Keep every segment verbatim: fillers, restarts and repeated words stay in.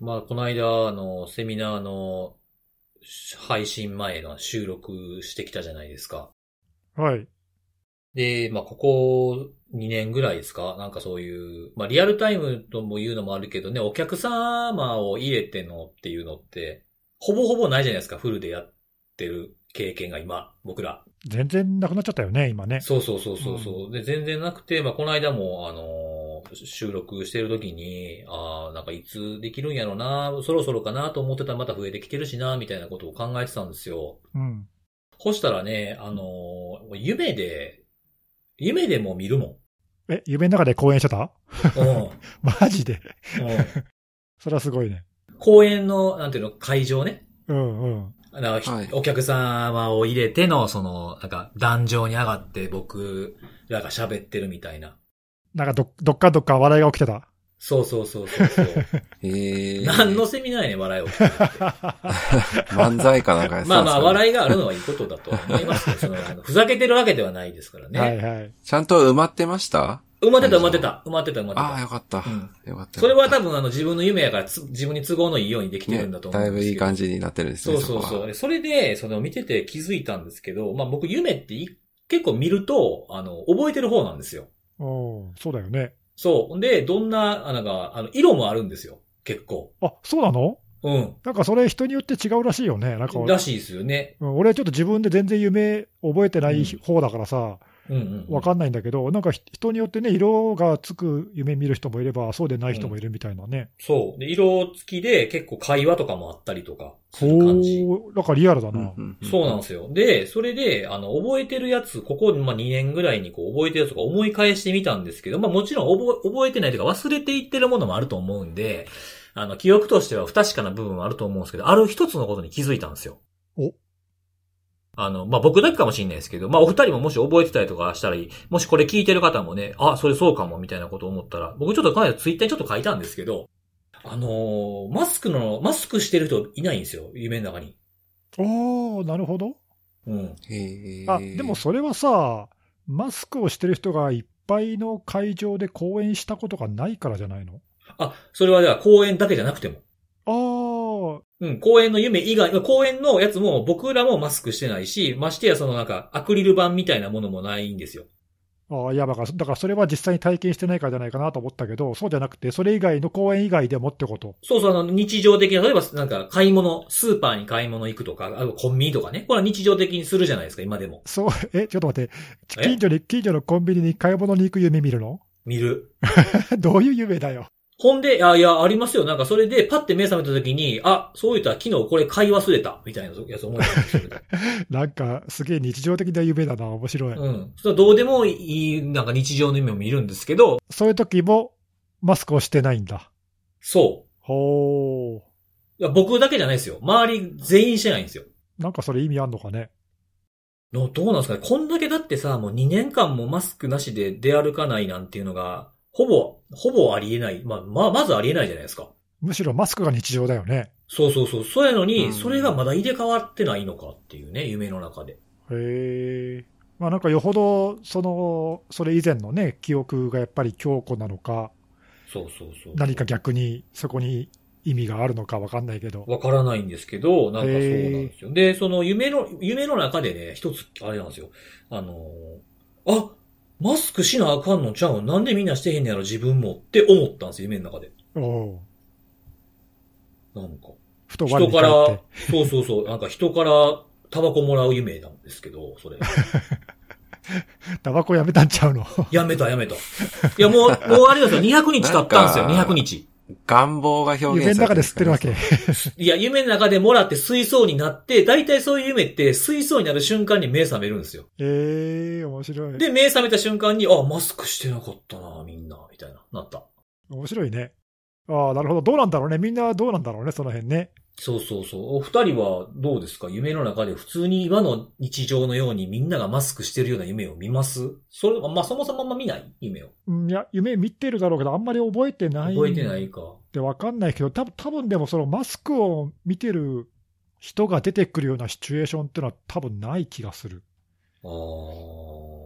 まあ、この間、あの、セミナーの配信前の収録してきたじゃないですか。 はい。 で、まあ、ここにねんぐらいですかなんかそういう、まあ、リアルタイムとも言うのもあるけどね、お客様を入れてのっていうのって、ほぼほぼないじゃないですか、フルでやってる経験が今、僕ら。 全然なくなっちゃったよね、今ね。 そうそうそううん。 そうそう。で、全然なくて、まあ、この間も、あのー収録してる時に、ああ、なんかいつできるんやろな、そろそろかなと思ってたらまた増えてきてるしな、みたいなことを考えてたんですよ。 うん。 そしたらね、あのー夢で、夢でも見るもえ、夢の中で公演してた？ ん。うん。 マジで？ うん。 それはすごいね。 公演の、なんていうの、会場ね。 うんうん。 あの、 はい。 お客様を入れての、その、なんか、壇上に上がって僕らが喋ってるみたいな。 なんかど、どっかどっか笑いが起きてた。 そうそうそうそうそう。 へえ。 何のセミナーやねん、笑いを聞くって。 漫才かなんかやってまあまあ、 たんですかね。 笑いがあるのはいいことだと思いますけど、その、あのふざけてるわけではないですからね。 はいはい。 ちゃんと埋まってました？ 埋まってた埋まって会場。 た。埋まってた埋まってた。 ああ、よかった。 うん。 よかった。 それはよかっ多分あの自分の夢やからつ自分に都合のいいようにできたね、 てるんだと思うだいぶんですけど。 いい感じになってるんですね、 そうそうそこは。 そう。それで、その見てて気づいたんですけど、まあ僕夢ってい結構見ると、あの、覚えてる方なんですよ。 おー、そうだよね。 そう。で、どんな、あなんか、あの、色もあるんですよ。結構。 あ、そうなの？ うん。 なんかそれ人によって違うらしいよね。なんか、 らしいですよね。 うん、俺ちょっと自分で全然夢覚えてないうん。 方だからさ、 うんうんうん。 わかんないんだけど、なんかひ人によってね、色がつく夢見る人もいれば、そうでないうん。 人もいるみたいなね。 そう。で、色付きで結構会話とかもあったりとかする感じ。 ほー、なんかリアルだうん、 な。 うん、うん。 そうなんですよ。で、それで、あの、覚えてるやつ、ここ、まあ、にねんぐらいにこう、覚えてるやつとか思い返してみたんですけど、まあ、もちろん覚え、覚えてないというか忘れていってるものもあると思うんで、あの、記憶としては不確かな部分はあると思うんですけど、ある一つのことに気づいたんですよ。 お、 あの、まあ、僕だけかもしれないですけど、まあ、お二人ももし覚えてたりとかしたらいい、もしこれ聞いてる方もね、あ、それそうかも、みたいなことを思ったら、僕ちょっとこの間ツイッターにちょっと書いたんですけど、あのーマスクの、マスクしてる人いないんですよ、夢の中に。 おー、なるほど。 うん。 あ、でへえ。 もそれはさ、マスクをしてる人がいっぱいの会場で講演したことがないからじゃないの？ あ、それはじゃあ公演だけじゃなくても。 あー、 うん、公演の夢以外、公演のやつも僕らもマスクしてないし、ましてやそのなんかアクリル板みたいなものもないんですよ。 あー、いや、だから、だからそれは実際に体験してないからじゃないかなと思ったけど、そうじゃなくて、それ以外の講演以外でもってこと。 そうそう、あの、日常的な、例えばなんか買い物、スーパーに買い物行くとか、あとコンビニとかね。これは日常的にするじゃないですか、今でも。 そう、え、ちょっと待って、近え所に、近所のコンビニに買い物に行く夢見るの？ 見る。 どういう夢だよ。 ほんで、あ、いや、ありますよ。なんかそれでパッて目覚めた時に、あ、そういったら昨日これ買い忘れた、みたいなやつ思い出すんですよ。 なんか、すげえ日常的な夢だな、面白い。 うん。それはどうでもいい、なんか日常の夢を見るんですけど、 そういう時もマスクをしてないんだ。 そう。 ほー。 いや僕だけじゃないですよ。周り全員してないんですよ。 なんかそれ意味あんのかね。 のどうなんですかね。こんだけだってさ、もうにねんかんもマスクなしで出歩かないなんていうのが、ほぼ、ほぼありえない。まあ、まあ、まずありえないじゃないですか。 むしろマスクが日常だよね。 そうそうそう。そうやのうに、それがん。 まだ入れ替わってないのかっていうね、夢の中で。 へえ。まあなんかよほど、その、それ以前のね、記憶がやっぱり強固なのか、 そうそうそう何かそ逆にそこに意味があるのかわかんないけど。 う。わからないんですけど、なんかそうなんへえ。 ですよ。で、その夢の、夢の中でね、一つ、あれなんですよ。あのーあ、マスクしなあかんのちゃうんなんでみんなしてへんねやろ自分もって思ったんですよ、夢の中で。 おお。 なんか。 ふと我人から、 に返って。 そうそうそう、なんか人からタバコもらう夢なんですけど、それ。 タバコやめたんちゃうの？ やめたやめた。いやもう、もうあれですよ、にひゃくにち経ったんですよ、にひゃくにち。 願望が表夢の中で現されてるんですかね。 吸ってるわけ。 いや、夢の中でもらって水槽になって、だいたいそういう夢って水槽になる瞬間に目覚めるんですよ。 ええー、面白い。 で、目覚めた瞬間に、あ、マスクしてなかったな、みんな、みたいな、なった。 面白いね。ああ、なるほど。どうなんだろうね。みんなどうなんだろうね、その辺ね。 そうそうそう。お二人はどうですか？夢の中で普通に今の日常のようにみんながマスクしてるような夢を見ます？それ、まあ、そもそもあんま見ない夢を。 うん、いや、夢見てるだろうけど、あんまり覚えてない覚えてなんいか。 でわかんないけど、多分多分でもそのマスクを見てる人が出てくるようなシチュエーションっていうのは多分ない気がする。 ああ。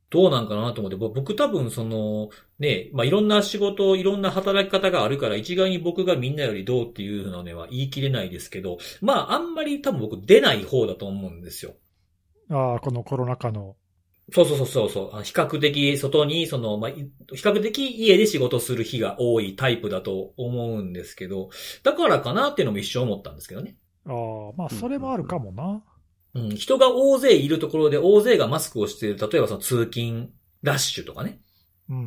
どうなんかなと思って、ぼ僕多分その、ね、まあ、いろんな仕事、いろんな働き方があるから、一概に僕がみんなよりどうっていうのねは言い切れないですけど、まあ、あんまり多分僕出ない方だと思うんですよ。 ああ、このコロナ禍の。 そうそうそうそうそう。あの比較的外に、その、まあ、い比較的家で仕事する日が多いタイプだと思うんですけど、だからかなっていうのも一生思ったんですけどね。 ああ、まあ、それもあるかもな。 うん、人が大勢いるところで大勢がマスクをしている、例えばその通勤ラッシュとかね。 うんうん。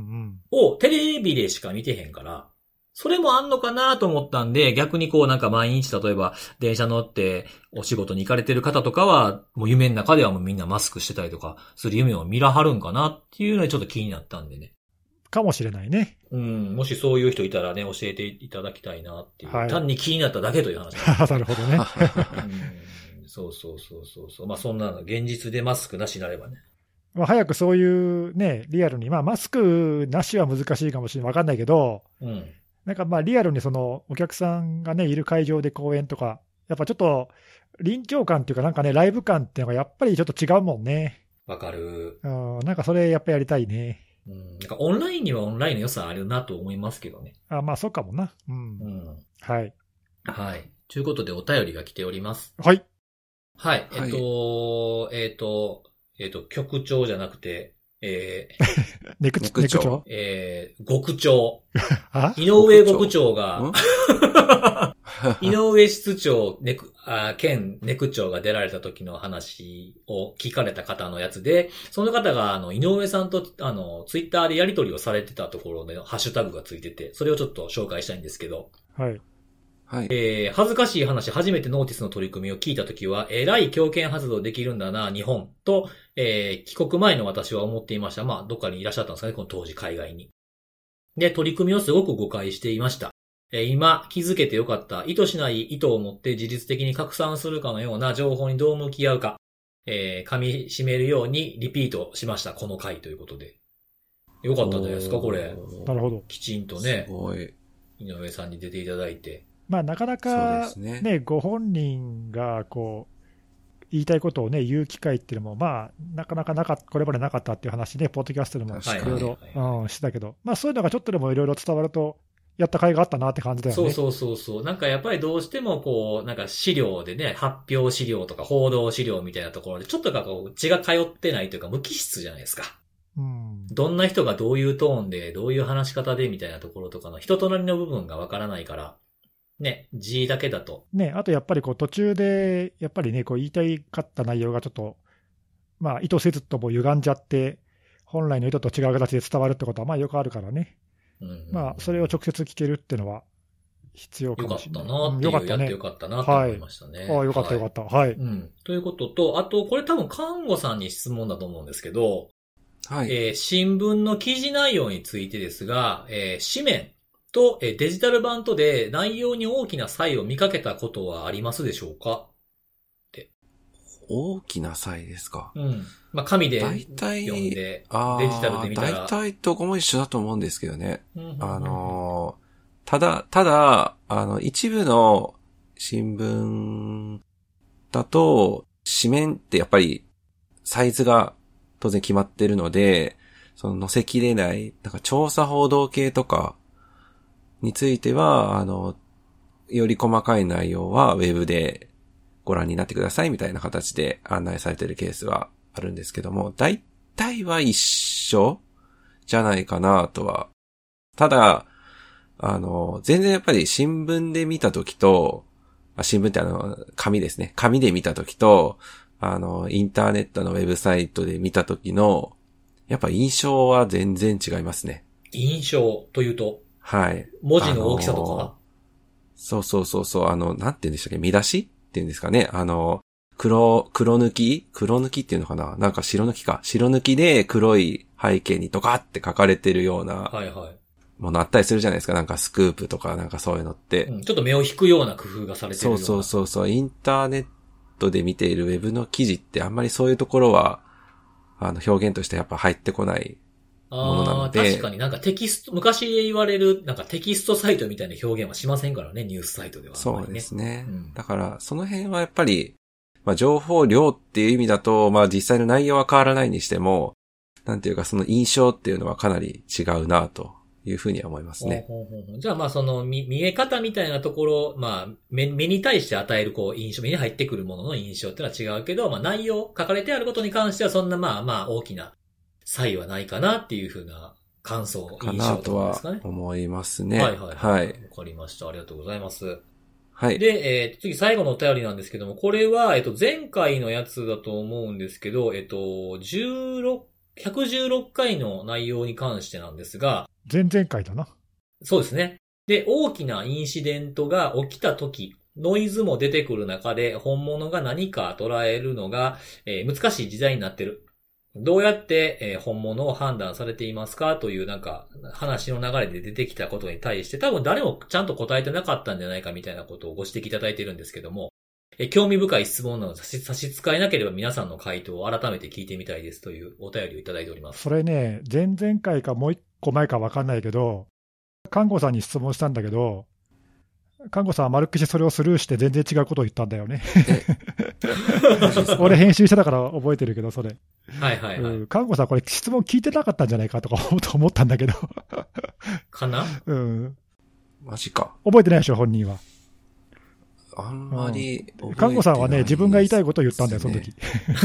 をテレビでしか見てへんから、それもあんのかなと思ったんで、逆にこうなんか毎日例えば電車乗ってお仕事に行かれてる方とかは、もう夢の中ではもうみんなマスクしてたりとかする夢を見らはるんかなっていうのにちょっと気になったんでね。 かもしれないね。 うん、もしそういう人いたらね、教えていただきたいなっていう。 はい、 単に気になっただけという話ななるほどね。 うん。そうそうそうそうそう。まあそんなの現実でマスクなしになればね。 まあ早くそういうね、リアルに、まあマスクなしは難しいかもしれない。わかんないけど、 うん。 なんかまあリアルにそのお客さんがね、いる会場で公演とか、やっぱちょっと臨場感っていうかなんかね、ライブ感っていうのがやっぱりちょっと違うもんね。 わかる。 うん、なんかそれやっぱやりたいね。 うん。なんかオンラインにはオンラインの良さあるなと思いますけどね。 あ、まあそうかもな。うん。 うん。 はい。 はい。ということでお便りが来ております。 はい。 はい。えっと、えっと、えっと、局長じゃなくて、えー、ネク、ネク長えー、極長。 あ井上極長が、井上室長、ネク、あ、兼ネク長が出られた時の話を聞かれた方のやつで、その方が、あの、井上さんと、あの、ツイッターでやり取りをされてたところで、ハッシュタグがついてて、それをちょっと紹介したいんですけど。 はい。 はい。 えー、恥ずかしい話、初めてノーティスの取り組みを聞いたときは、えらい強権発動できるんだな、日本。と、えー、帰国前の私は思っていました。まあ、どっかにいらっしゃったんですかね、この当時海外に。で、取り組みをすごく誤解していました。えー、今、気づけてよかった。意図しない意図を持って自律的に拡散するかのような情報にどう向き合うか、えー、噛み締めるようにリピートしました。この回ということで。よかったんじゃないですか、これ。 なるほど。 きちんとね。 すごい。 井上さんに出ていただいて。 まあ、なかなか、ね、ね、ご本人がこう言いたいことを、ね、言う機会っていうのも、まあ、なかなかなかこれまでなかったっていう話ね、ポッドキャストでもいろいろしてたけど、まあ、そういうのがちょっとでもいろいろ伝わると、やった甲斐があったなって感じだよね。 そうそうそうそう。なんかやっぱりどうしてもこう、なんか資料でね、発表資料とか報道資料みたいなところで、ちょっとかこう血が通ってないというか無機質じゃないですか。 うん、 どんな人がどういうトーンで、どういう話し方でみたいなところとかの人となりの部分がわからないから、ね、字だけだと。 ね、あとやっぱりこう途中で、やっぱりね、こう言いたいかった内容がちょっと、まあ意図せずとも歪んじゃって、本来の意図と違う形で伝わるってことはまあよくあるからね。うんうんうん、まあそれを直接聞けるっていうのは必要かもしれない。 よかったなっていう、うん、よかったね、やってよかったなと思いましたね。 はい、ああ、よかったよかった。はい、 うん。ということと、あとこれ多分看護さんに質問だと思うんですけど、 はい。 えー、新聞の記事内容についてですが、えー、紙面とデジタル版とで内容に大きな差異を見かけたことはありますでしょうかって。 大きな差異ですか。 うん。まあ、紙で読んで、デジタルで見たら。 大体どこも一緒だと思うんですけどね。うんうんうん、あの、ただ、ただ、あの、一部の新聞だと、紙面ってやっぱりサイズが当然決まってるので、その載せきれない、なんか調査報道系とかについては、あの、より細かい内容はウェブでご覧になってくださいみたいな形で案内されているケースはあるんですけども、大体は一緒じゃないかなとは。ただ、あの、全然やっぱり新聞で見たときと、新聞ってあの、紙ですね。紙で見たときと、あの、インターネットのウェブサイトで見たときの、やっぱ印象は全然違いますね。 印象というとはい。 文字の大きさとかそうそうそうそう、あの、なんて言うんでしたっけ、見出しっていうんですかね。あの、黒、黒抜き黒抜きっていうのかななんか白抜きか。白抜きで黒い背景にドカって書かれてるような。 はいはい。 ものあったりするじゃないですか。なんかスクープとかなんかそういうのって。 うん、ちょっと目を引くような工夫がされてるような。 そうそうそうそう。インターネットで見ているウェブの記事ってあんまりそういうところは、あの表現としてやっぱ入ってこないものなので。 ああ、確かになんかテキスト、昔言われるなんかテキストサイトみたいな表現はしませんからね、ニュースサイトでは、ね。 そうですね。 うん、 だからその辺はやっぱり、まあ情報量っていう意味だと、まあ実際の内容は変わらないにしても、 なんていうかその印象っていうのはかなり違うなというふうには思いますね。 ほうほうほうじゃあまあその見、見え方みたいなところ、まあ目、目に対して与えるこう印象、目に入ってくるものの印象っていうのは違うけど、まあ内容、書かれてあることに関してはそんなまあまあ大きな差異はないかなっていうふうな感想、 かなとは思いますね。 はいはい。はい。わかりました。ありがとうございます。 はい。 で、えー、次最後のお便りなんですけども、これは、えっと、前回のやつだと思うんですけど、えっと、じゅうろく、ひゃくじゅうろっかいの内容に関してなんですが、 前々回だな。 そうですね。で、大きなインシデントが起きたとき、ノイズも出てくる中で、本物が何か捉えるのが、えー、難しい時代になってる。どうやって、えー、本物を判断されていますかというなんか話の流れで出てきたことに対して多分誰もちゃんと答えてなかったんじゃないかみたいなことをご指摘いただいているんですけども、えー、興味深い質問なので差し、差し支えなければ皆さんの回答を改めて聞いてみたいですというお便りをいただいております。 それね、前々回かもう一個前か分かんないけど、看護さんに質問したんだけど、看護さんは丸っきしそれをスルーして全然違うことを言ったんだよね。俺編集してたから覚えてるけど、それ。 はいはいはい。 うん、看護さんこれ質問聞いてなかったんじゃないかとか思ったんだけど。 かな？ うん。 マジか。 覚えてないでしょ、本人は。 あんまり覚えてない、うん。 看護さんはね、自分が言いたいことを言ったんだよ、その時。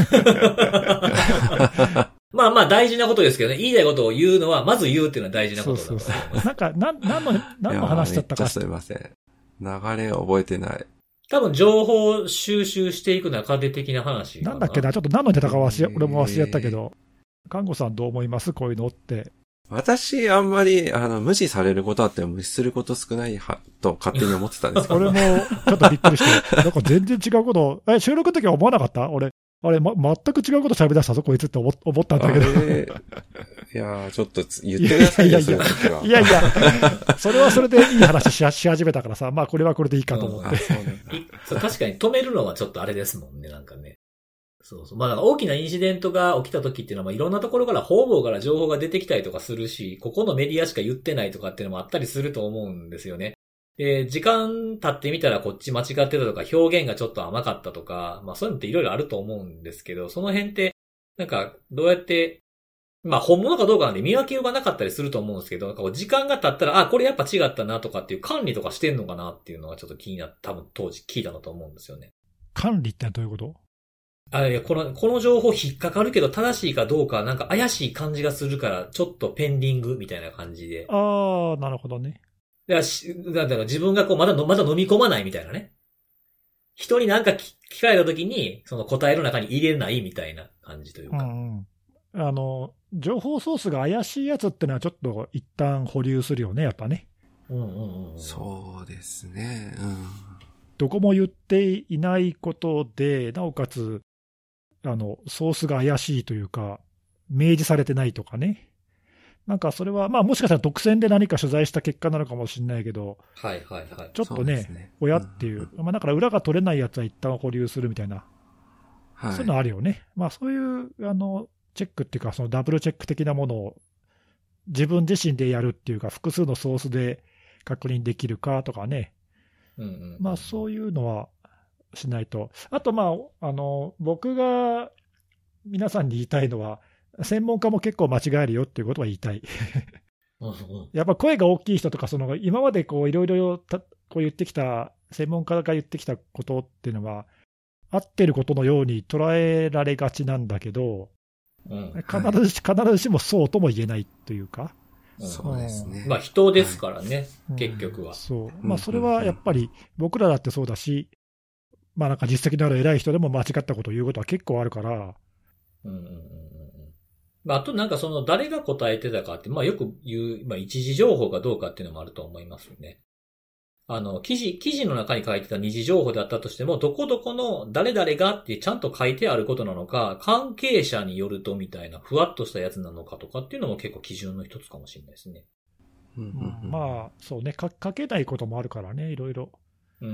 まあまあ大事なことですけどね。言いたいことを言うのは、まず言うっていうのは大事なことだと思います。そうそうそう。 なんか、な、何の、何の話だったか。 めっちゃすいません。流れを覚えてない。 多分情報収集していく中で的な話かな。 なんだっけな、ちょっと何のネタか忘れ、俺も忘れやったけど、看護さんどう思いますこういうのって。 私、あんまり、あの、無視されることあっても無視すること少ないは、と勝手に思ってたんですけど。 俺も、ちょっとびっくりして、なんか全然違うことを、え、収録の時は思わなかった俺、あれ、ま、全く違うこと喋り出したぞ、こいつって思思ったんだけど。 いやー、ちょっと言ってくださいよ、 いやいやいや、いやいや、それはそれでいい話し, し始めたからさ、まあこれはこれでいいかと思って。 うん、確かに止めるのはちょっとあれですもんね、なんかね。そうそう。まあなんか大きなインシデントが起きた時っていうのは、まあいろんなところから方々から情報が出てきたりとかするし、ここのメディアしか言ってないとかっていうのもあったりすると思うんですよね。で、時間経ってみたらこっち間違ってたとか、表現がちょっと甘かったとか、まあそういうのっていろいろあると思うんですけど、その辺って、なんかどうやって、まあ本物かどうかなんで見分けようがなかったりすると思うんですけど、なんかこう時間が経ったら、あ、これやっぱ違ったなとかっていう管理とかしてんのかなっていうのがちょっと気になって、多分当時聞いたのと思うんですよね。 管理ってどういうこと？ あ、いや、この、この情報引っかかるけど正しいかどうか、なんか怪しい感じがするから、ちょっとペンディングみたいな感じで。 ああ、なるほどね。 だからし、だから自分がこう、まだの、まだ飲み込まないみたいなね。人になんか聞かれた時に、その答えの中に入れないみたいな感じというか。 うんうん、あの、情報ソースが怪しいやつってのはちょっと一旦保留するよね、やっぱね。 うんうんうん、 そうですね。うん。 どこも言っていないことで、なおかつ、あの、ソースが怪しいというか、明示されてないとかね。なんかそれは、まあもしかしたら独占で何か取材した結果なのかもしれないけど、 はいはいはい。 ちょっとね、ね親っていう、うん、まあだから裏が取れないやつは一旦保留するみたいな、はい、そういうのあるよね。まあそういう、あの、チェックっていうか、そのダブルチェック的なものを自分自身でやるっていうか、複数のソースで確認できるかとかね。 うんうんうん、 まあそういうのはしないと。あとまあ、あの、僕が皆さんに言いたいのは、専門家も結構間違えるよっていうことは言いたい。やっぱ声が大きい人とか、その今までこういろいろこう言ってきた、専門家が言ってきたことっていうのは、合ってることのように捉えられがちなんだけど、うん、必ずし、必ずしもそうとも言えないというか。 うん、そうですね。まあ人ですからね、はい、結局は、うん。 そう。まあそれはやっぱり僕らだってそうだし、まあなんか実績のある偉い人でも間違ったことを言うことは結構あるから。うんうんうん、まあ、あとなんかその誰が答えてたかって、まあよく言う、まあ一時情報かどうかっていうのもあると思いますよね。あの、記事、記事の中に書いてた二次情報であったとしても、どこどこの誰々がってちゃんと書いてあることなのか、関係者によるとみたいな、ふわっとしたやつなのかとかっていうのも結構基準の一つかもしれないですね。 うんうんうん、まあ、そうね、か、書けないこともあるからね、いろいろ。 うん、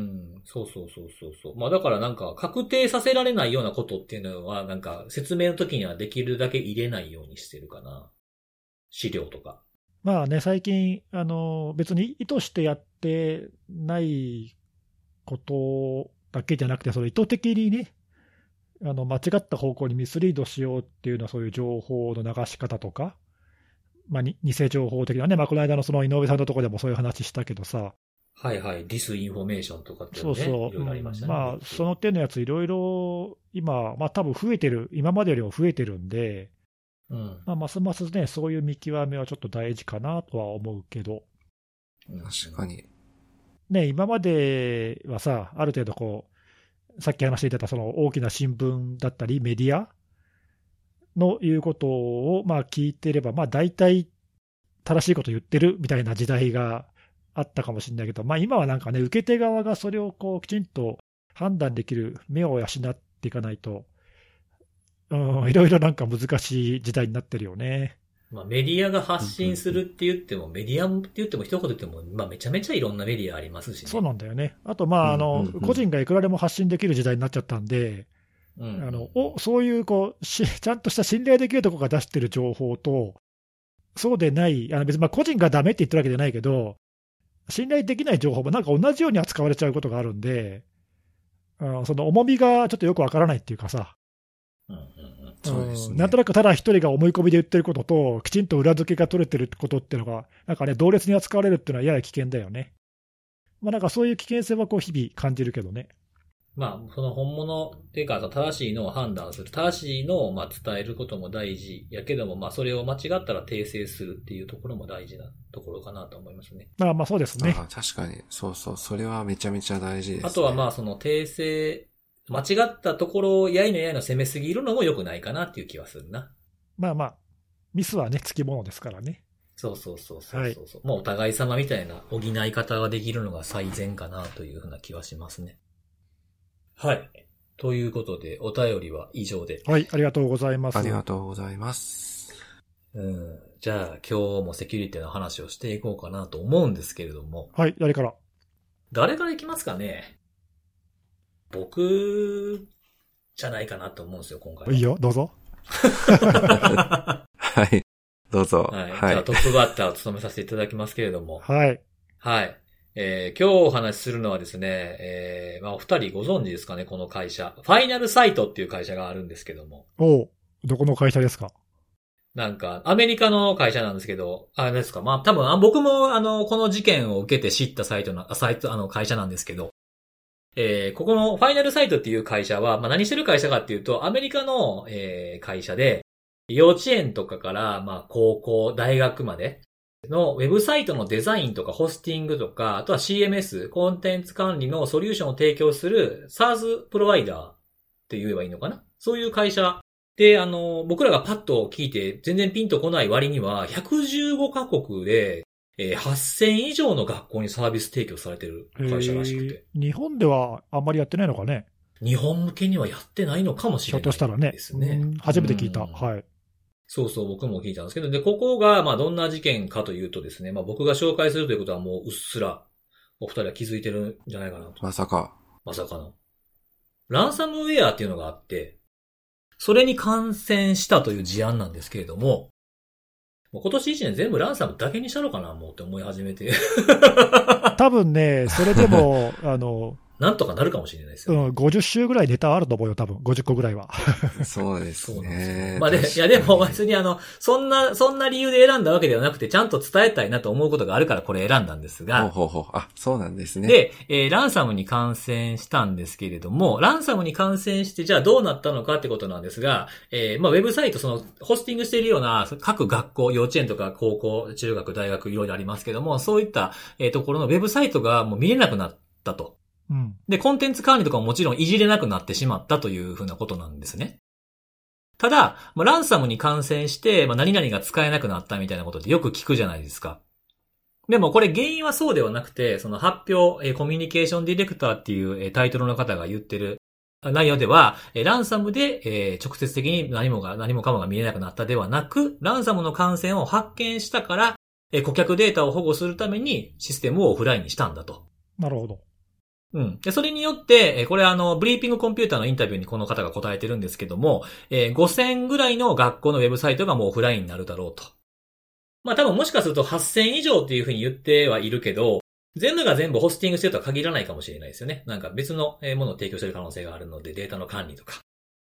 そうそうそうそうそう。まあだからなんか確定させられないようなことっていうのはなんか説明の時にはできるだけ入れないようにしてるかな。資料とか。 まあね、最近、あの、別に意図してやってないことだけじゃなくて、その意図的にね、 あの間違った方向にミスリードしようっていうのは、そういう情報の流し方とか、まあ、に偽情報的なね、まあ、この間のその井上さんのところでもそういう話したけどさ。 はいはい、ディスインフォメーションとかっていうのね、 そうそう、 いろいろありましたね。 まあ、その手のやつ、いろいろ今、まあ多分増えてる、今までよりも増えてるんで、 うん、 まあ、ますますね、そういう見極めはちょっと大事かなとは思うけど。 確かに。 ね、今まではさ、ある程度こう、さっき話していたその大きな新聞だったり、メディアの言うことをまあ聞いてれば、まあ大体正しいこと言ってるみたいな時代があったかもしれないけど、まあ今はなんかね、受け手側がそれをこうきちんと判断できる目を養っていかないと、うん、いろいろなんか難しい時代になってるよね。 まあメディアが発信するって言っても、メディアって言っても一言言っても、まあめちゃめちゃいろんなメディアありますしね。 そうなんだよね。あとまあ、あの、個人がいくらでも発信できる時代になっちゃったんで、うん、あのおそういうこうしちゃんとした信頼できるところが出してる情報と、そうでない、あの別にまあ個人がダメって言ってるわけじゃないけど、信頼できない情報もなんか同じように扱われちゃうことがあるんで、うん、その重みがちょっとよくわからないっていうかさ、なんとなくただ一人が思い込みで言ってることと、きちんと裏付けが取れてることっていうのが、なんかね、同列に扱われるっていうのはやや危険だよね。まあなんかそういう危険性はこう日々感じるけどね。 まあ、その本物っていうか、正しいのを判断する。正しいのをまあ伝えることも大事やけども、まあそれを間違ったら訂正するっていうところも大事なところかなと思いますね。 まあまあそうですね。 あ、確かに。そうそう。それはめちゃめちゃ大事です、ね。 あとはまあその訂正、間違ったところをやいのやいの攻めすぎるのも良くないかなっていう気はするな。 まあまあ、ミスはね、つきものですからね。 そうそうそうそうそうそう、はい。もうお互い様みたいな補い方ができるのが最善かなというふうな気はしますね。はい。ということで、お便りは以上で。 はい、ありがとうございます。 ありがとうございます。 うん。じゃあ、今日もセキュリティの話をしていこうかなと思うんですけれども。 はい、誰から誰からいきますかね。僕、じゃないかなと思うんですよ、今回は。 いいよ、どうぞ。 はい、どうぞ。 はい。はい、じゃあ、トップバッターを務めさせていただきますけれども。 はい。 はい。えー、今日お話しするのはですね、えー、まあお二人ご存知ですかね、この会社。ファイナルサイトっていう会社があるんですけども。 おう、どこの会社ですか？ なんか、アメリカの会社なんですけど、あれですか、まあ多分、あ僕もあの、この事件を受けて知ったサイトな、サイト、あの、会社なんですけど、えー、ここのファイナルサイトっていう会社は、まあ何してる会社かっていうと、アメリカの、えー、会社で、幼稚園とかから、まあ高校、大学まで、のウェブサイトのデザインとかホスティングとか、あとは シーエムエス、コンテンツ管理のソリューションを提供する SaaS プロバイダーって言えばいいのかな？そういう会社で、あの、僕らがパッと聞いて全然ピンとこない割には、ひゃくじゅうごカ国で、えー、はっせん以上の学校にサービス提供されてる会社らしくて。 日本ではあんまりやってないのかね？ 日本向けにはやってないのかもしれないですね。 ひょっとしたらね。初めて聞いた。はい。 そうそう、僕も聞いたんですけど、で、ここが、まあ、どんな事件かというとですね、まあ、僕が紹介するということはもううっすら、お二人は気づいてるんじゃないかなと。 まさか。 まさかの。ランサムウェアっていうのがあって、それに感染したという事案なんですけれども、もう今年一年全部ランサムだけにしたのかな、もうって思い始めて。 多分ね、それでも、あの、 なんとかなるかもしれないですよ、ね。 うん、ごじゅっ週ぐらいネタあると思うよ、多分。ごじゅっこぐらいは。 そうですね。 まあで、いやでも別にあの、そんな、そんな理由で選んだわけではなくて、ちゃんと伝えたいなと思うことがあるからこれ選んだんですが。 ほうほうほう。あ、そうなんですね。 で、えー、ランサムに感染したんですけれども、ランサムに感染して、じゃあどうなったのかってことなんですが、えー、まあウェブサイト、その、ホスティングしているような、各学校、幼稚園とか高校、中学、大学、いろいろありますけども、そういった、えー、ところのウェブサイトがもう見れなくなったと。 うん、 で、コンテンツ管理とかももちろんいじれなくなってしまったというふうなことなんですね。ただ、まあ、ランサムに感染して、まあ、何々が使えなくなったみたいなことってよく聞くじゃないですか。でもこれ原因はそうではなくて、その発表、えー、コミュニケーションディレクターっていう、えー、タイトルの方が言ってる内容では、えー、ランサムで、えー、直接的に何もが、何もかもが見れなくなったではなく、ランサムの感染を発見したから、えー、顧客データを保護するためにシステムをオフラインにしたんだと。 なるほど。 うん。で、それによって、これあの、ブリーピングコンピューターのインタビューにこの方が答えてるんですけども、えー、ごせんぐらいの学校のウェブサイトがもうオフラインになるだろうと。まあ多分もしかするとはっせん以上っていうふうに言ってはいるけど、全部が全部ホスティングしてるとは限らないかもしれないですよね。なんか別のものを提供してる可能性があるので、データの管理とか。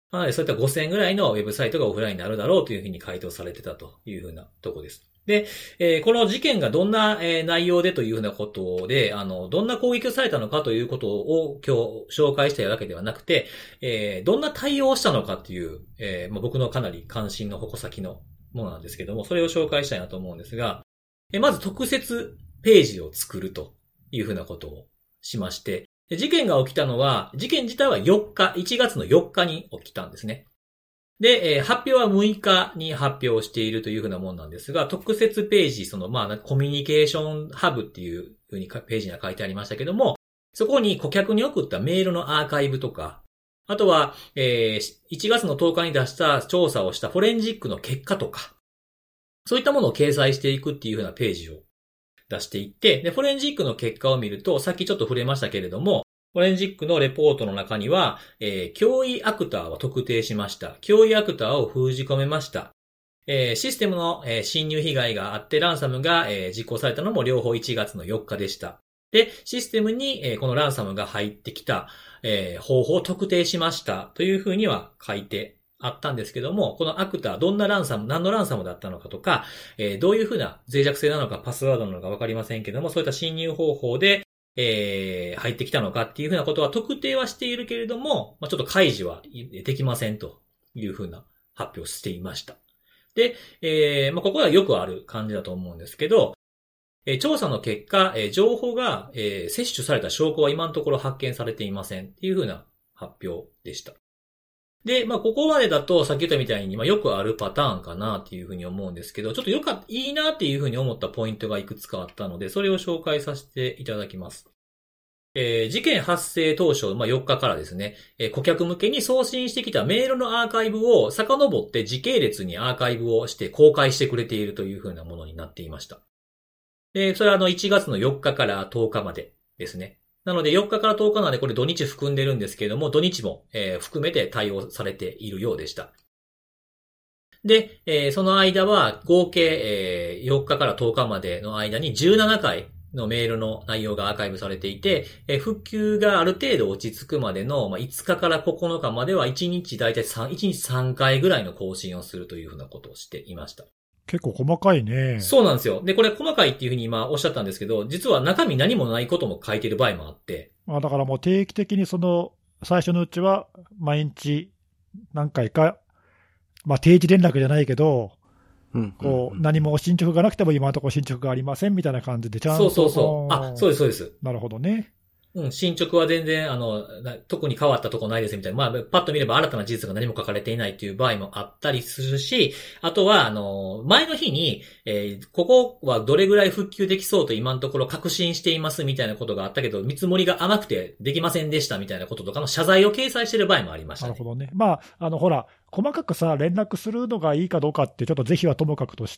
はい、そういったごせんぐらいのウェブサイトがオフラインになるだろうというふうに回答されてたというふうなとこです。で、えー、この事件がどんな、えー、内容でというふうなことで、あの、どんな攻撃をされたのかということを今日紹介したいわけではなくて、えー、どんな対応をしたのかっていう、えーまあ、僕のかなり関心の矛先のものなんですけども、それを紹介したいなと思うんですが、えー、まず特設ページを作るというふうなことをしまして、事件が起きたのは、事件自体はよっか、いちがつのよっかに起きたんですね。で、えー、発表はむいかに発表しているというふうなもんなんですが、特設ページ、その、まあ、コミュニケーションハブっていうふうにページには書いてありましたけども、そこに顧客に送ったメールのアーカイブとか、あとは、えー、いちがつのとおかに出した調査をしたフォレンジックの結果とか、そういったものを掲載していくっていうふうなページを出していって、で、フォレンジックの結果を見ると、さっきちょっと触れましたけれども、フォレンジックのレポートの中には、えー、脅威アクターを特定しました。脅威アクターを封じ込めました。えー、システムの、えー、侵入被害があって、ランサムが、えー、実行されたのも両方いちがつのよっかでした。で、システムに、えー、このランサムが入ってきた、えー、方法を特定しましたというふうには書いてあったんですけども、このアクター、どんなランサム、何のランサムだったのかとか、えー、どういうふうな脆弱性なのかパスワードなのかわかりませんけども、そういった侵入方法で、えー、入ってきたのかっていうふうなことは特定はしているけれども、まあ、ちょっと開示はできませんというふうな発表をしていました。で、えー、まあ、ここはよくある感じだと思うんですけど、えー、調査の結果、えー、情報が、えー、摂取された証拠は今のところ発見されていませんっていうふうな発表でした。で、まあ、ここまでだと、さっき言ったみたいに、まあ、よくあるパターンかなっていうふうに思うんですけど、ちょっとよかった、いいなっていうふうに思ったポイントがいくつかあったので、それを紹介させていただきます。えー、事件発生当初、まあ、よっかからですね、えー、顧客向けに送信してきたメールのアーカイブを遡って時系列にアーカイブをして公開してくれているというふうなものになっていました。で、それはあのいちがつのよっかからとおかまでですね。なのでよっかからとおかまでこれ土日含んでるんですけれども、土日も、えー、含めて対応されているようでした。で、えー、その間は合計、えー、よっかからとおかまでの間にじゅうななかいのメールの内容がアーカイブされていて、えー、復旧がある程度落ち着くまでの、まあ、いつかからここのかまではいちにちだいたいさん、いちにちさんかいぐらいの更新をするというふうなことをしていました。 結構細かいね。 そうなんですよ。で、これ細かいっていうふうに今おっしゃったんですけど、実は中身何もないことも書いてる場合もあって。 あ、だからもう定期的にその、最初のうちは毎日何回か、まあ定時連絡じゃないけど、うんうんうん、こう何も進捗がなくても今のところ進捗がありませんみたいな感じでちゃんと。 そうそうそう。あ、そうですそうです。 なるほどね。 うん、進捗は全然、あの、特に変わったとこないですみたいな。まあ、パッと見れば新たな事実が何も書かれていないという場合もあったりするし、あとは、あの、前の日に、えー、ここはどれぐらい復旧できそうと今のところ確信していますみたいなことがあったけど、見積もりが甘くてできませんでしたみたいなこととかの謝罪を掲載している場合もありましたね。 なるほどね。まあ、あの、ほら、細かくさ、連絡するのがいいかどうかって、ちょっと是非はともかくとして、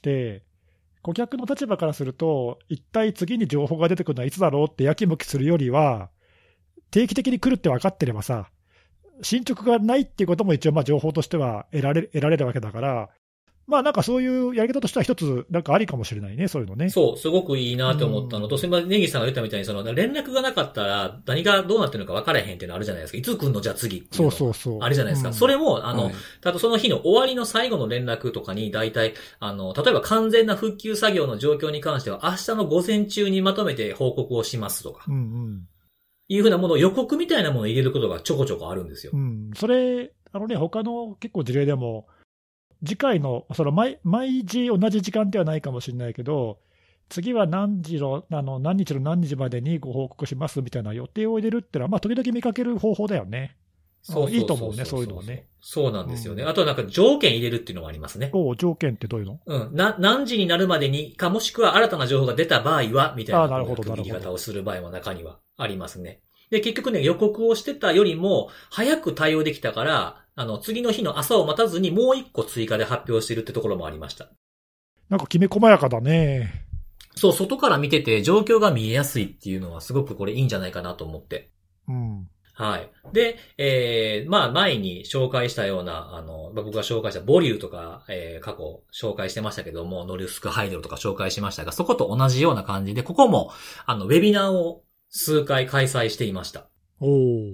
顧客の立場からすると、一体次に情報が出てくるのはいつだろうってやきもきするよりは、定期的に来るって分かってればさ、進捗がないっていうことも一応まあ情報としては得られ、得られるわけだから、まあなんかそういうやり方としては一つなんかありかもしれないね、そういうのね。 そう、すごくいいなと思ったのと、すみません、ネギさんが言ったみたいに、その連絡がなかったら何がどうなってるのか分からへんっていうのあるじゃないですか。いつ来るのじゃあ次っていうの。そうそうそう。あるじゃないですか。うん、それも、あの、はい、ただその日の終わりの最後の連絡とかに大体、あの、例えば完全な復旧作業の状況に関しては明日の午前中にまとめて報告をしますとか。うんうん。いうふうなものを予告みたいなものを入れることがちょこちょこあるんですよ。 うん。それ、あのね、他の結構事例でも、次回の、その毎、毎時同じ時間ではないかもしれないけど、次は何時の、あの、何日の何時までにご報告しますみたいな予定を入れるってのは、まあ、時々見かける方法だよね。そうそうそうそう。いいと思うね、そういうのはね。 そうなんですよね。うん、あとなんか条件入れるっていうのもありますね。 お条件ってどういうの？ うん。な、何時になるまでにか、もしくは新たな情報が出た場合は、みたいな区切り方をする場合も中にはありますね。で、結局ね、予告をしてたよりも、早く対応できたから、あの、次の日の朝を待たずにもう一個追加で発表してるってところもありました。 なんかきめ細やかだね。 そう、外から見てて状況が見えやすいっていうのはすごくこれいいんじゃないかなと思って。 うん。 はい。で、えー、まあ前に紹介したような、あの、僕が紹介したボリューとか、えー、過去紹介してましたけども、ノリスクハイドルとか紹介しましたが、そこと同じような感じで、ここも、あの、ウェビナーを数回開催していました。 おー。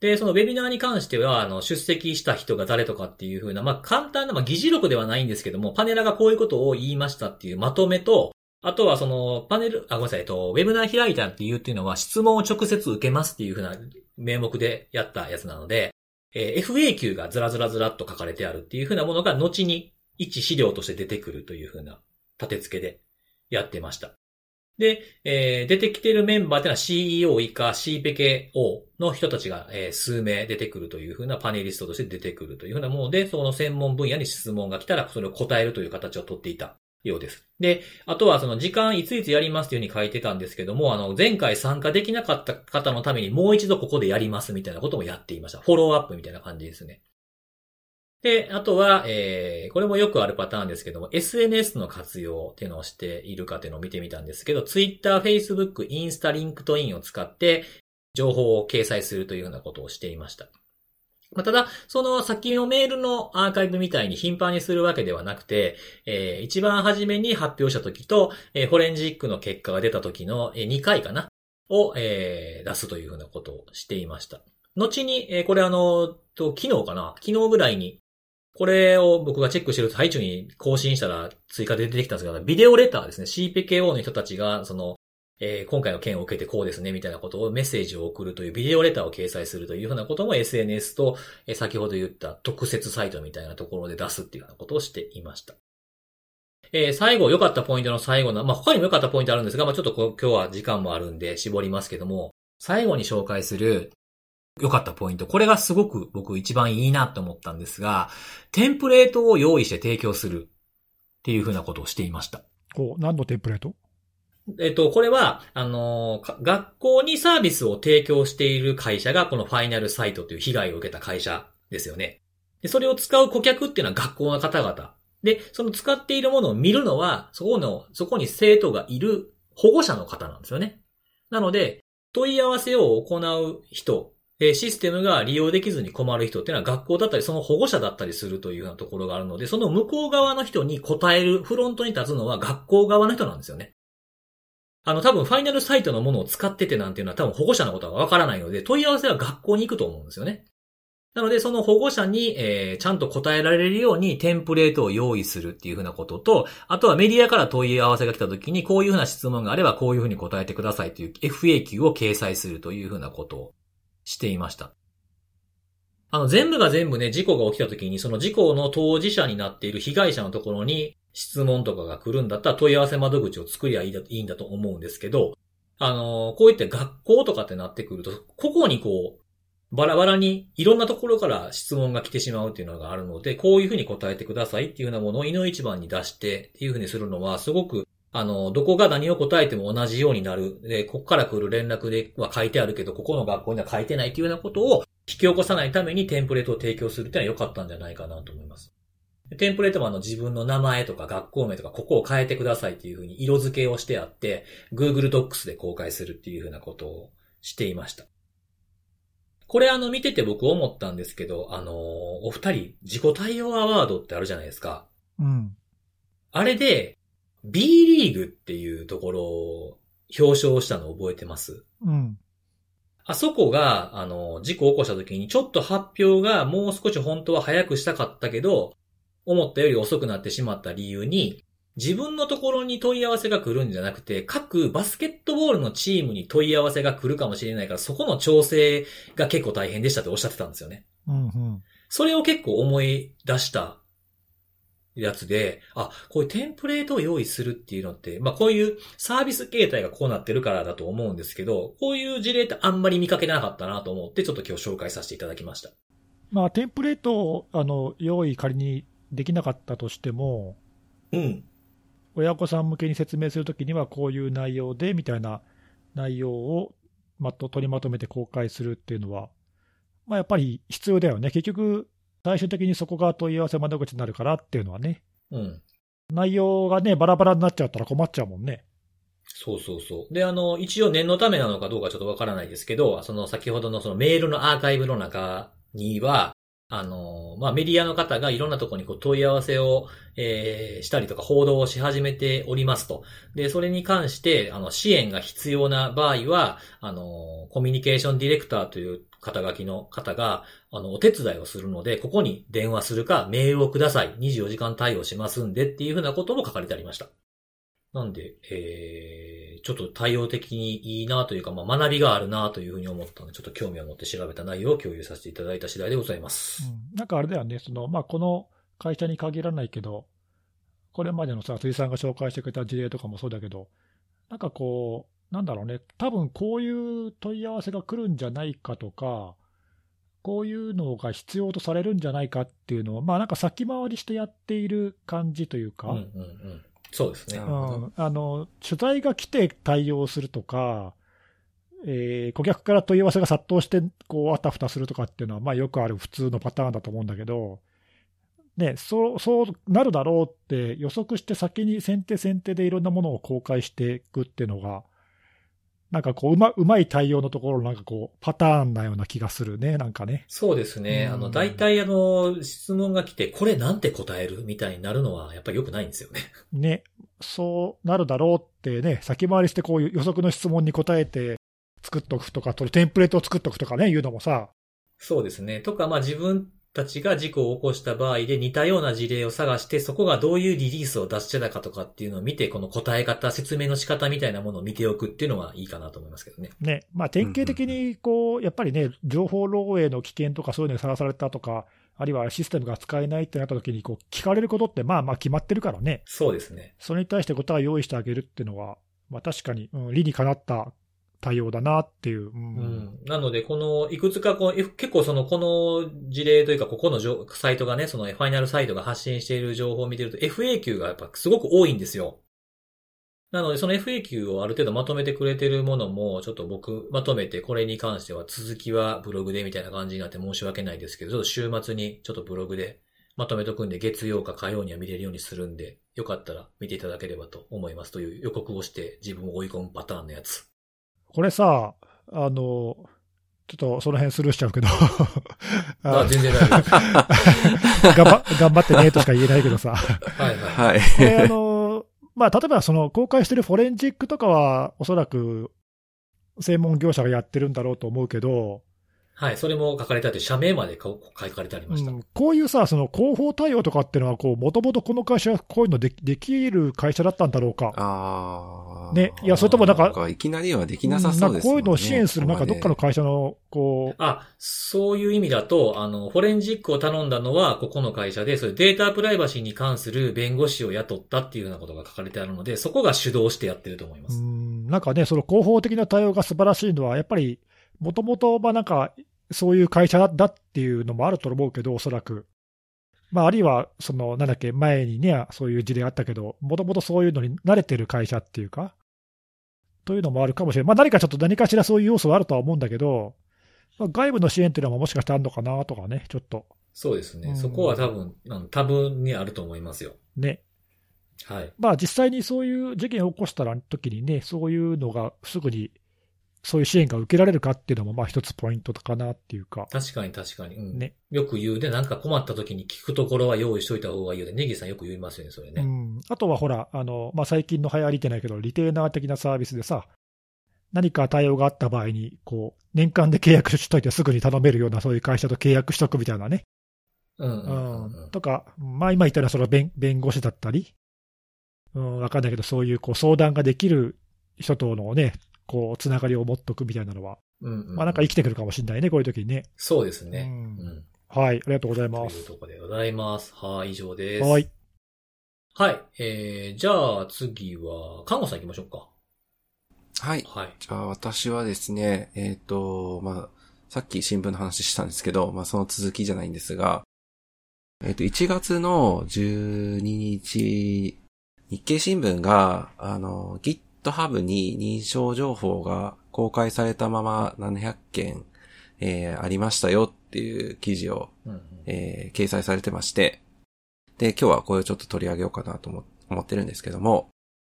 で、そのウェビナーに関しては、あの、出席した人が誰とかっていう風な、まあ、簡単な、まあ、議事録ではないんですけども、パネラがこういうことを言いましたっていうまとめと、あとはその、パネル、あ、ごめんなさい、えっと、ウェブナー開いたっていうっていうのは、質問を直接受けますっていう風な名目でやったやつなので、えー、エフエーキュー がずらずらずらっと書かれてあるっていう風なものが、後に一資料として出てくるという風な立て付けでやってました。で、えー、出てきているメンバーっていうのは シーイーオー 以下 シーピーケーオー の人たちが、えー、数名出てくるというふうなパネリストとして出てくるというふうなもので、その専門分野に質問が来たらそれを答えるという形をとっていたようです。で、あとはその時間いついつやりますというふうに書いてたんですけども、あの、前回参加できなかった方のためにもう一度ここでやりますみたいなこともやっていました。フォローアップみたいな感じですね。で、あとは、えー、これもよくあるパターンですけども、エスエヌエス の活用っていうのをしているかっていうのを見てみたんですけど、Twitter、Facebook、インスタ、LinkedIn を使って情報を掲載するというようなことをしていました。まあ、ただ、その先のメールのアーカイブみたいに頻繁にするわけではなくて、えー、一番初めに発表した時と、えー、フォレンジックの結果が出た時のにかいかなを、えー、出すというふうなことをしていました。後に、えー、これあの、と昨日かな昨日ぐらいに、これを僕がチェックしてる最中に更新したら追加で出てきたんですが、ビデオレターですね。シーピーケーオー の人たちが、その、えー、今回の件を受けてこうですね、みたいなことをメッセージを送るというビデオレターを掲載するというふうなことも エスエヌエス と、えー、先ほど言った特設サイトみたいなところで出すっていうようなことをしていました。えー、最後、良かったポイントの最後の、まあ、他にも良かったポイントあるんですが、まあ、ちょっと今日は時間もあるんで絞りますけども、最後に紹介する良かったポイント。これがすごく僕一番いいなと思ったんですが、テンプレートを用意して提供するっていうふうなことをしていました。 お、何のテンプレート？ えっと、これは、あの、学校にサービスを提供している会社がこのファイナルサイトという被害を受けた会社ですよね。で、それを使う顧客っていうのは学校の方々。で、その使っているものを見るのは、そこの、そこに生徒がいる保護者の方なんですよね。なので、問い合わせを行う人、システムが利用できずに困る人っていうのは学校だったりその保護者だったりするというようなところがあるので、その向こう側の人に答えるフロントに立つのは学校側の人なんですよね。あの多分ファイナルサイトのものを使っててなんていうのは多分保護者のことはわからないので、問い合わせは学校に行くと思うんですよね。なのでその保護者に、えー、ちゃんと答えられるようにテンプレートを用意するっていうふうなことと、あとはメディアから問い合わせが来た時にこういうふうな質問があればこういうふうに答えてくださいという エフエーキュー を掲載するというふうなことをしていました。あの、全部が全部ね、事故が起きた時に、その事故の当事者になっている被害者のところに質問とかが来るんだったら問い合わせ窓口を作りゃいいんだ、いいんだと思うんですけど、あの、こういった学校とかってなってくると、個々にこう、バラバラにいろんなところから質問が来てしまうっていうのがあるので、こういうふうに答えてくださいっていうようなものをいの一番に出してっていうふうにするのは、すごくあの、どこが何を答えても同じようになる。で、ここから来る連絡では書いてあるけど、ここの学校には書いてないっていうようなことを引き起こさないためにテンプレートを提供するっていうのは良かったんじゃないかなと思います。テンプレートもあの自分の名前とか学校名とかここを変えてくださいっていうふうに色付けをしてあって、Google Docs で公開するっていうふうなことをしていました。これあの見てて僕思ったんですけど、あの、お二人自己対応アワードってあるじゃないですか。 うん。 あれで、B リーグっていうところを表彰したのを覚えてます？ うん。 あそこが、あの、事故を起こした時にちょっと発表がもう少し本当は早くしたかったけど、思ったより遅くなってしまった理由に、自分のところに問い合わせが来るんじゃなくて、各バスケットボールのチームに問い合わせが来るかもしれないから、そこの調整が結構大変でしたっておっしゃってたんですよね。 うんうん。 それを結構思い出したやつで、あ、こういうテンプレートを用意するっていうのって、まあこういうサービス形態がこうなってるからだと思うんですけど、こういう事例ってあんまり見かけなかったなと思って、ちょっと今日紹介させていただきました。 まあテンプレートをあの用意仮にできなかったとしても、 うん。 親御さん向けに説明するときにはこういう内容でみたいな内容をまと取りまとめて公開するっていうのは、まあ、やっぱり必要だよね。結局最終的にそこが問い合わせ窓口になるからっていうのはね、 うん、 内容がねバラバラになっちゃったら困っちゃうもんね。 そうそうそう。で、あの、一応念のためなのかどうかちょっとわからないですけど、その先ほどのそのメールのアーカイブの中には、 あの、まあ、メディアの方がいろんなところにこう問い合わせを、えー、したりとか報道をし始めておりますと。で、それに関して、あの、支援が必要な場合は、あの、コミュニケーションディレクターという肩書きの方が、あの、お手伝いをするので、ここに電話するかメールをください。にじゅうよじかん対応しますんでっていうふうなことも書かれてありました。なんで、えー、ちょっと対応的にいいなというか、まあ、学びがあるなというふうに思ったので、ちょっと興味を持って調べた内容を共有させていただいた次第でございます。 うん、なんかあれだよね、その、まあ、この会社に限らないけど、これまでのさ、辻さんが紹介してくれた事例とかもそうだけど、なんかこう、なんだろうね、多分こういう問い合わせが来るんじゃないかとか、こういうのが必要とされるんじゃないかっていうのを、まあ、なんか先回りしてやっている感じというか、 うんうんうん、そうですね、 うん、あの取材が来て対応するとか、えー、顧客から問い合わせが殺到してこうあたふたするとかっていうのは、まあ、よくある普通のパターンだと思うんだけど、ね、そう、そうなるだろうって予測して先に先手先手でいろんなものを公開していくっていうのが、なんかこう、うま、うまい対応のところなんかこう、パターンなような気がするね、なんかね。 そうですね。うん、あの、大体あの、質問が来て、これなんて答えるみたいになるのは、やっぱり良くないんですよね。 ね。そうなるだろうってね、先回りしてこう予測の質問に答えて作っとくとか、テンプレートを作っとくとかね、いうのもさ。 そうですね。とか、まあ自分たちが事故を起こした場合で似たような事例を探して、そこがどういうリリースを出してたかとかっていうのを見て、この答え方、説明の仕方みたいなものを見ておくっていうのはいいかなと思いますけどね。 ね。まあ典型的にこう、やっぱりね、情報漏洩の危険とかそういうのにさらされたとか、あるいはシステムが使えないってなった時にこう聞かれることってまあまあ決まってるからね。 そうですね。 それに対して答えを用意してあげるっていうのは、まあ確かに、うん、理にかなった対応だなっていう。うん。 うん、なので、この、いくつかこう、結構その、この事例というか、ここのサイトがね、そのファイナルサイトが発信している情報を見てると、エフエーキュー がやっぱすごく多いんですよ。なので、その エフエーキュー をある程度まとめてくれてるものも、ちょっと僕、まとめて、これに関しては続きはブログでみたいな感じになって申し訳ないですけど、ちょっと週末にちょっとブログでまとめとくんで、月曜か火曜には見れるようにするんで、よかったら見ていただければと思いますという予告をして自分を追い込むパターンのやつ。 これさ、あの、ちょっとその辺スルーしちゃうけどああ、全然大丈夫。 頑張、頑張ってねとしか言えないけどさ。 はいはい。 これあの、まあ、例えばその公開してるフォレンジックとかはおそらく専門業者がやってるんだろうと思うけど、 はい、それも書かれてあって、社名まで書かれてありました。 うん、こういうさ、その広報対応とかっていうのは、こう、もともとこの会社はこういうのでできる会社だったんだろうか。 ああ。 ね。いや、それともなんか、 なんかいきなりはできなさそうですもんね。 こういうのを支援する、なんかどっかの会社の、こう。 あ、そういう意味だと、あの、フォレンジックを頼んだのは、ここの会社で、それデータプライバシーに関する弁護士を雇ったっていうようなことが書かれてあるので、そこが主導してやってると思います。 うん、なんかね、その広報的な対応が素晴らしいのは、やっぱり、もともと、まあなんか、そういう会社だっていうのもあると思うけど、おそらく。まあ、あるいは、その、なんだっけ、前にね、そういう事例あったけど、もともとそういうのに慣れてる会社っていうか、というのもあるかもしれない。まあ、何かちょっと何かしらそういう要素はあるとは思うんだけど、まあ、外部の支援っていうのはもしかしてあるのかなとかね、ちょっと。 そうですね。うん、そこは多分、多分にあると思いますよ。 ね。 はい。 まあ、実際にそういう事件を起こした時にね、そういうのがすぐに、そういう支援が受けられるかっていうのも、まあ一つポイントかなっていうか。 確かに確かに。うん、 ね。 よく言うで、なんか困った時に聞くところは用意しといた方がいいよね。ネギさんよく言いますよね、それね。 うん。あとはほら、あの、まあ最近の流行りってないけど、リテーナー的なサービスでさ、何か対応があった場合に、こう、年間で契約しといてすぐに頼めるような、そういう会社と契約しとくみたいなね。 うんうんうんうん、 うん。とか、まあ今言ったようなその弁、弁護士だったり、うん、わかんないけど、そういうこう相談ができる人とのね、こう、つながりを持っとくみたいなのは、うんうんうん、まあなんか生きてくるかもしれないね、こういう時にね。 そうですね。 うんうん、はい、ありがとうございます。 というところでございます。はい、以上です。 はい。 はい、えー、じゃあ次は、看護さん行きましょうか。 はい。はい。じゃあ私はですね、えっと、まあ、さっき新聞の話したんですけど、まあその続きじゃないんですが、えっと、いちがつのじゅうににち、日経新聞が、あの、GitHub に認証情報が公開されたままななひゃっけん、えー、ありましたよっていう記事を、うんうんえー、掲載されてまして、で、今日はこれをちょっと取り上げようかなと思ってるんですけども、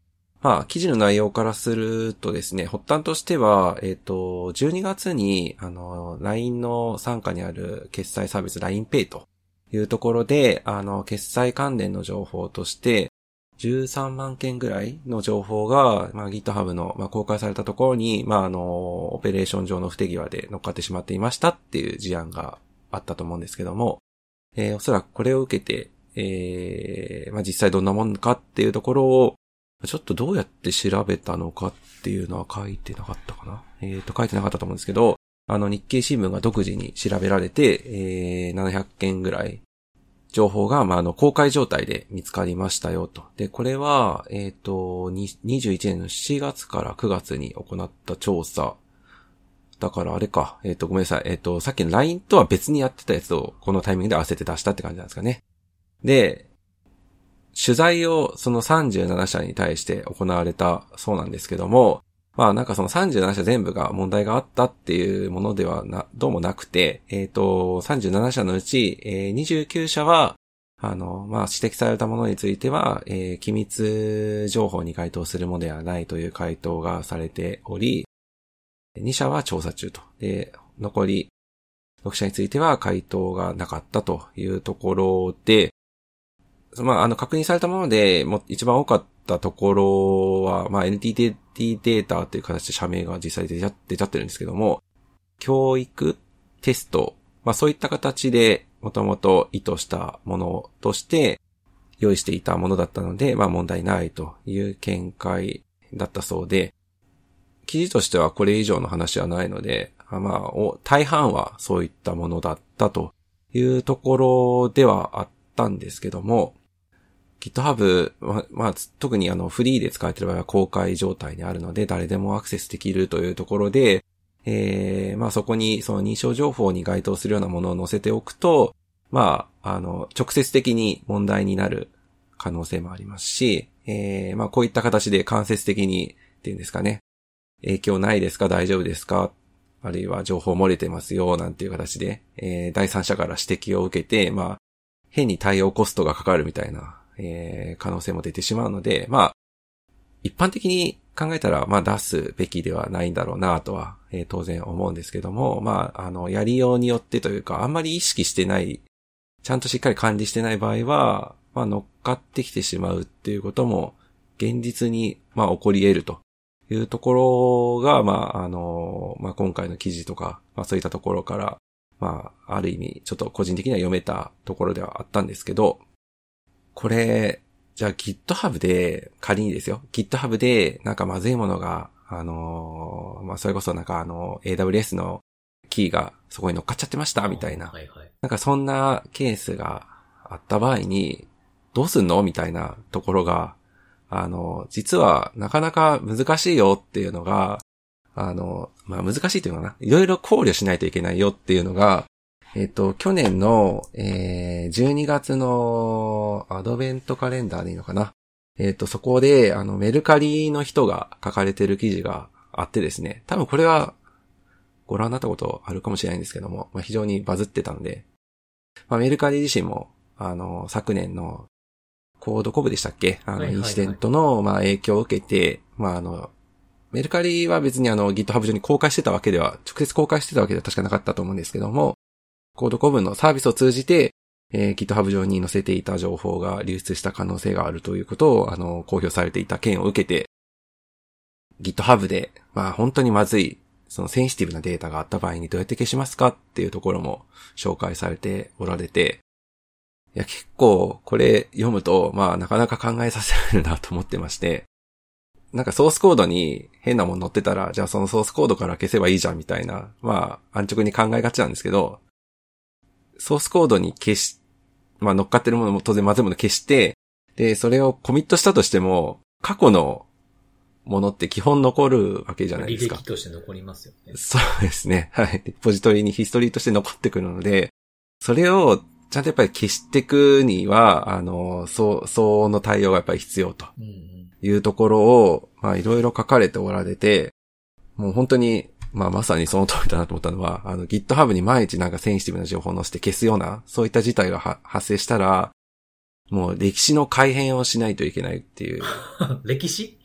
まあ、記事の内容からするとですね、発端としては、えっと、じゅうにがつに、あの、ライン の傘下にある決済サービス ラインペイ というところで、あの、決済関連の情報として、じゅうさんまんけんぐらいの情報が、まあ、GitHub の、まあ、公開されたところに、まあ、あの、オペレーション上の不手際で乗っかってしまっていましたっていう事案があったと思うんですけども、えー、おそらくこれを受けて、えー、まあ、実際どんなもんかっていうところを、ちょっとどうやって調べたのかっていうのは書いてなかったかな。えっと、書いてなかったと思うんですけど、あの、日経新聞が独自に調べられて、えー、ななひゃっけんぐらい、情報が、まあ、あの、公開状態で見つかりましたよと。で、これは、えっと、にじゅういちねんのしちがつからくがつに行った調査。だからあれか、えっと、ごめんなさい。えっと、さっきの ライン とは別にやってたやつを、このタイミングで合わせて出したって感じなんですかね。で、取材をそのさんじゅうななしゃに対して行われたそうなんですけども、まあなんかそのさんじゅうななしゃ全部が問題があったっていうものではな、どうもなくて、えっと、さんじゅうななしゃのうち、えー、にじゅうきゅうしゃは、あの、まあ指摘されたものについては、えー、機密情報に該当するものではないという回答がされており、にしゃは調査中と。で、残りろくしゃについては回答がなかったというところで、まあ、あの、確認されたもので、も一番多かったところは、まあ、エヌティーティー データという形で社名が実際出ちゃ出ちゃってるんですけども、教育テスト、まあ、そういった形で、もともと意図したものとして、用意していたものだったので、まあ、問題ないという見解だったそうで、記事としてはこれ以上の話はないので、まあ、大半はそういったものだったというところではあったんですけども、GitHub、ま、まあ、特にあの、フリーで使われている場合は公開状態にあるので、誰でもアクセスできるというところで、えー、まあそこにその認証情報に該当するようなものを載せておくと、まあ、あの、直接的に問題になる可能性もありますし、えー、まあこういった形で間接的に、っていうんですかね、影響ないですか、大丈夫ですか、あるいは情報漏れてますよ、なんていう形で、えー、第三者から指摘を受けて、まあ、変に対応コストがかかるみたいな、えー、可能性も出てしまうので、まあ、一般的に考えたら、まあ出すべきではないんだろうなとは、えー、当然思うんですけども、まあ、あの、やりようによってというか、あんまり意識してない、ちゃんとしっかり管理してない場合は、まあ乗っかってきてしまうっていうことも、現実に、まあ起こり得るというところが、まあ、あの、まあ今回の記事とか、まあそういったところから、まあ、ある意味、ちょっと個人的には読めたところではあったんですけど、これ、じゃあ GitHub で、仮にですよ、GitHub でなんかまずいものが、あのー、まあそれこそなんかあの、エーダブリューエス のキーがそこに乗っかっちゃってました、みたいな。はいはい、なんかそんなケースがあった場合に、どうすんのみたいなところが、あの、実はなかなか難しいよっていうのが、あの、まあ難しいというのかな。いろいろ考慮しないといけないよっていうのが、えっと、去年の、えー、じゅうにがつのアドベントカレンダーでいいのかな。えっと、そこで、あの、メルカリの人が書かれてる記事があってですね、多分これはご覧になったことあるかもしれないんですけども、まあ、非常にバズってたんで、まあ、メルカリ自身も、あの、昨年のコードコブでしたっけあの、インシデントの、まあ、影響を受けて、まあ、あの、メルカリは別にあの、GitHub 上に公開してたわけでは、直接公開してたわけでは確かなかったと思うんですけども、コードコブのサービスを通じて、えー、GitHub 上に載せていた情報が流出した可能性があるということを、あの、公表されていた件を受けて、GitHub で、まあ本当にまずい、そのセンシティブなデータがあった場合にどうやって消しますかっていうところも紹介されておられて、いや結構これ読むと、まあなかなか考えさせられるなと思ってまして、なんかソースコードに変なもの載ってたら、じゃあそのソースコードから消せばいいじゃんみたいな、まあ安直に考えがちなんですけど、ソースコードに消し、まあ乗っかってるものも当然まずいもの消して、で、それをコミットしたとしても、過去のものって基本残るわけじゃないですか。 履歴として残りますよね。 そうですね。はい。リポジトリにヒストリーとして残ってくるので、それをちゃんとやっぱり消していくには、あの、そう、相応の対応がやっぱり必要というところを、まあいろいろ書かれておられて、もう本当に、まあまさにその通りだなと思ったのは、あの GitHub に毎日なんかセンシティブな情報を載せて消すような、そういった事態が発生したら、もう歴史の改変をしないといけないっていう。 歴史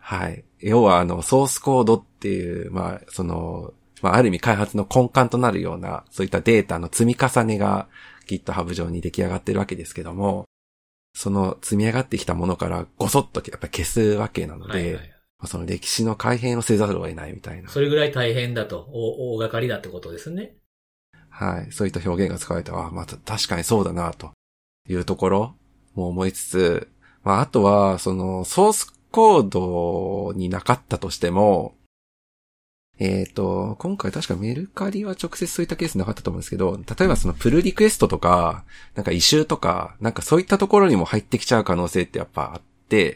はい。要は、あの、ソースコードっていう、まあ、その、まあ、ある意味開発の根幹となるような、そういったデータの積み重ねが GitHub 上に出来上がってるわけですけども、その積み上がってきたものからごそっとやっぱり消すわけなので、はいはい、その歴史の改変をせざるを得ないみたいな。 それぐらい大変だと、大掛かりだってことですね。 はい。そういった表現が使われたら、まあ、確かにそうだな、というところも思いつつ、まあ、あとは、その、ソースコードになかったとしても、えっと、今回確かメルカリは直接そういったケースなかったと思うんですけど、例えばそのプルリクエストとか、なんかイシューとか、なんかそういったところにも入ってきちゃう可能性ってやっぱあって、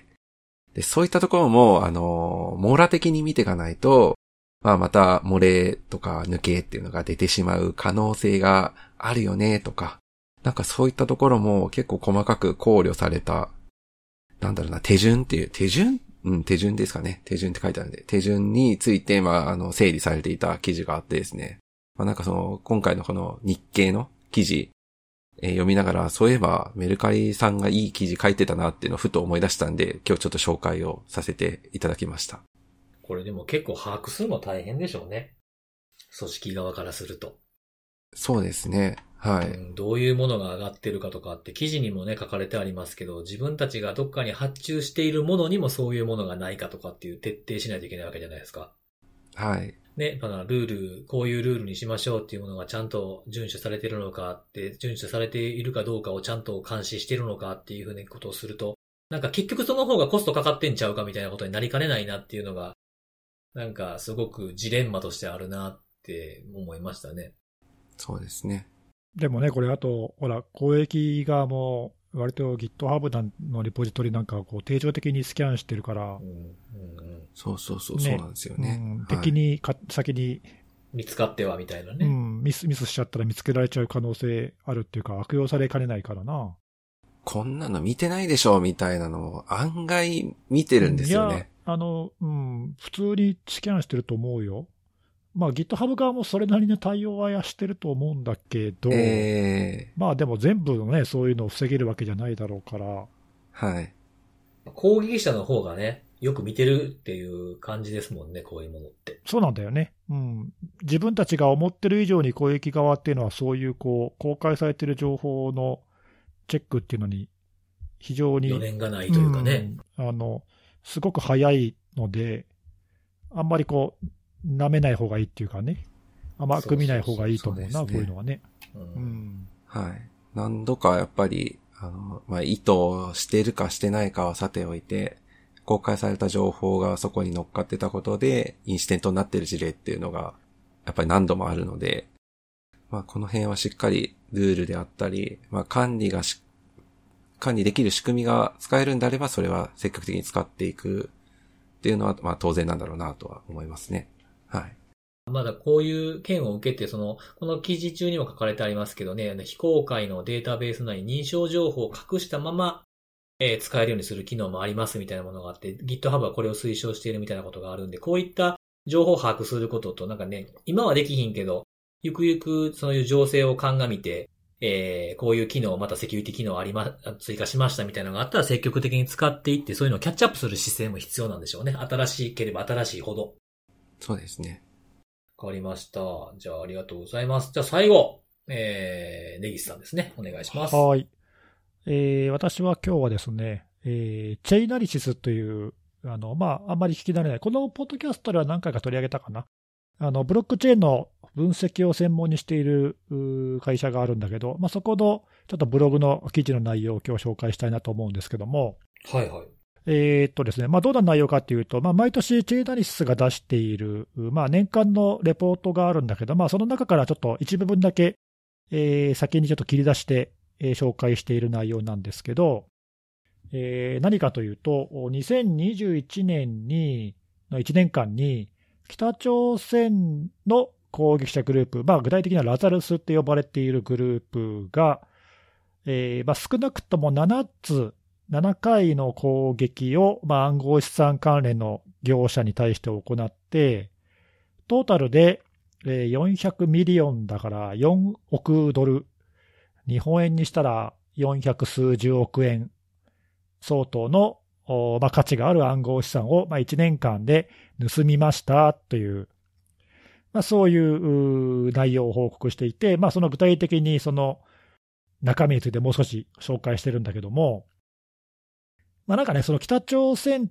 で、そういったところも、あの、網羅的に見ていかないと、まあまた漏れとか抜けっていうのが出てしまう可能性があるよねとか、なんかそういったところも結構細かく考慮された、なんだろうな、手順っていう、手順うん、手順ですかね。手順って書いてあるんで、手順について、まあ、あの、整理されていた記事があってですね。まあ、なんかその、今回のこの日経の記事、えー、読みながら、そういえばメルカリさんがいい記事書いてたなっていうのをふと思い出したんで、今日ちょっと紹介をさせていただきました。 これでも結構把握するの大変でしょうね。組織側からすると。 そうですね。はい、 うん。どういうものが上がってるかとかって記事にもね書かれてありますけど、自分たちがどっかに発注しているものにもそういうものがないかとかっていう徹底しないといけないわけじゃないですか。 はい。 ね、だからルール、こういうルールにしましょうっていうものがちゃんと遵守されているのかって、遵守されているかどうかをちゃんと監視しているのかっていうふうなことをすると、なんか結局その方がコストかかってんちゃうかみたいなことになりかねないなっていうのが、なんかすごくジレンマとしてあるなって思いましたね。 そうですね。 でもね、これあと、ほら、公益側も、割と GitHub のリポジトリなんかをこう定常的にスキャンしてるから、うんうんうん、 そうそうそう、ね、そうなんですよね。 うん、敵にか、はい、先に見つかってはみたいなね、 うん、ミス、ミスしちゃったら見つけられちゃう可能性あるっていうか、悪用されかねないからな。 こんなの見てないでしょみたいなのを案外見てるんですよね。 いや、あの、うん、普通にスキャンしてると思うよ。まあ GitHub 側もそれなりの対応はしてると思うんだけど、えー、まあでも全部のね、そういうのを防げるわけじゃないだろうから。 はい。 攻撃者の方がね、よく見てるっていう感じですもんね、こういうものって。 そうなんだよね。うん。自分たちが思ってる以上に攻撃側っていうのはそういうこう、公開されてる情報のチェックっていうのに非常に。 余念がないというかね。 うん、あの、すごく早いので、あんまりこう、舐めない方がいいっていうかね、甘く見ない方がいいと思うな、そうそうそうそう、ね、こういうのはね、うんうん。 はい。何度かやっぱり、あの、まあ、意図してるかしてないかはさておいて、公開された情報がそこに乗っかってたことで、インシデントになってる事例っていうのが、やっぱり何度もあるので、まあ、この辺はしっかりルールであったり、まあ、管理がし、管理できる仕組みが使えるんであれば、それは積極的に使っていくっていうのは、まあ、当然なんだろうなとは思いますね。はい。 まだこういう件を受けて、その、この記事中にも書かれてありますけどね、非公開のデータベース内に認証情報を隠したまま、えー、使えるようにする機能もありますみたいなものがあって、GitHub はこれを推奨しているみたいなことがあるんで、こういった情報を把握することと、なんかね、今はできひんけど、ゆくゆくそういう情勢を鑑みて、えー、こういう機能、またセキュリティ機能ありま、追加しましたみたいなのがあったら積極的に使っていって、そういうのをキャッチアップする姿勢も必要なんでしょうね。新しければ新しいほど。 そうですね。 わかりました。じゃあありがとうございます。じゃあ最後、えー、根岸さんですね。お願いします。 はい。えー、私は今日はですね、えー、チェイナリシスという、あの、まあ、あんまり聞き慣れない。このポッドキャストでは何回か取り上げたかな。あの、ブロックチェーンの分析を専門にしている会社があるんだけど、まあ、そこのちょっとブログの記事の内容を今日紹介したいなと思うんですけども。 はいはい。 えーっとですね、まあ、どんな内容かというと、まあ、毎年チェイナリシスが出している、まあ、年間のレポートがあるんだけど、まあ、その中からちょっと一部分だけ、えー、先にちょっと切り出して、えー、紹介している内容なんですけど、えー、何かというと、にせんにじゅういちねんに、のいちねんかんに、北朝鮮の攻撃者グループ、まあ、具体的にはラザルスって呼ばれているグループが、えーまあ、少なくともななつ、ななかいの攻撃を、まあ、暗号資産関連の業者に対して行って、トータルでよんひゃくミリオンだからよんおくドル、日本円にしたらよんひゃくすうじゅうおくえん相当のまあ、価値がある暗号資産を、まあ、いちねんかんで盗みましたという、まあ、そういう内容を報告していて、まあ、その具体的にその中身についてもう少し紹介してるんだけども、まあ、なんかね、その北朝鮮って、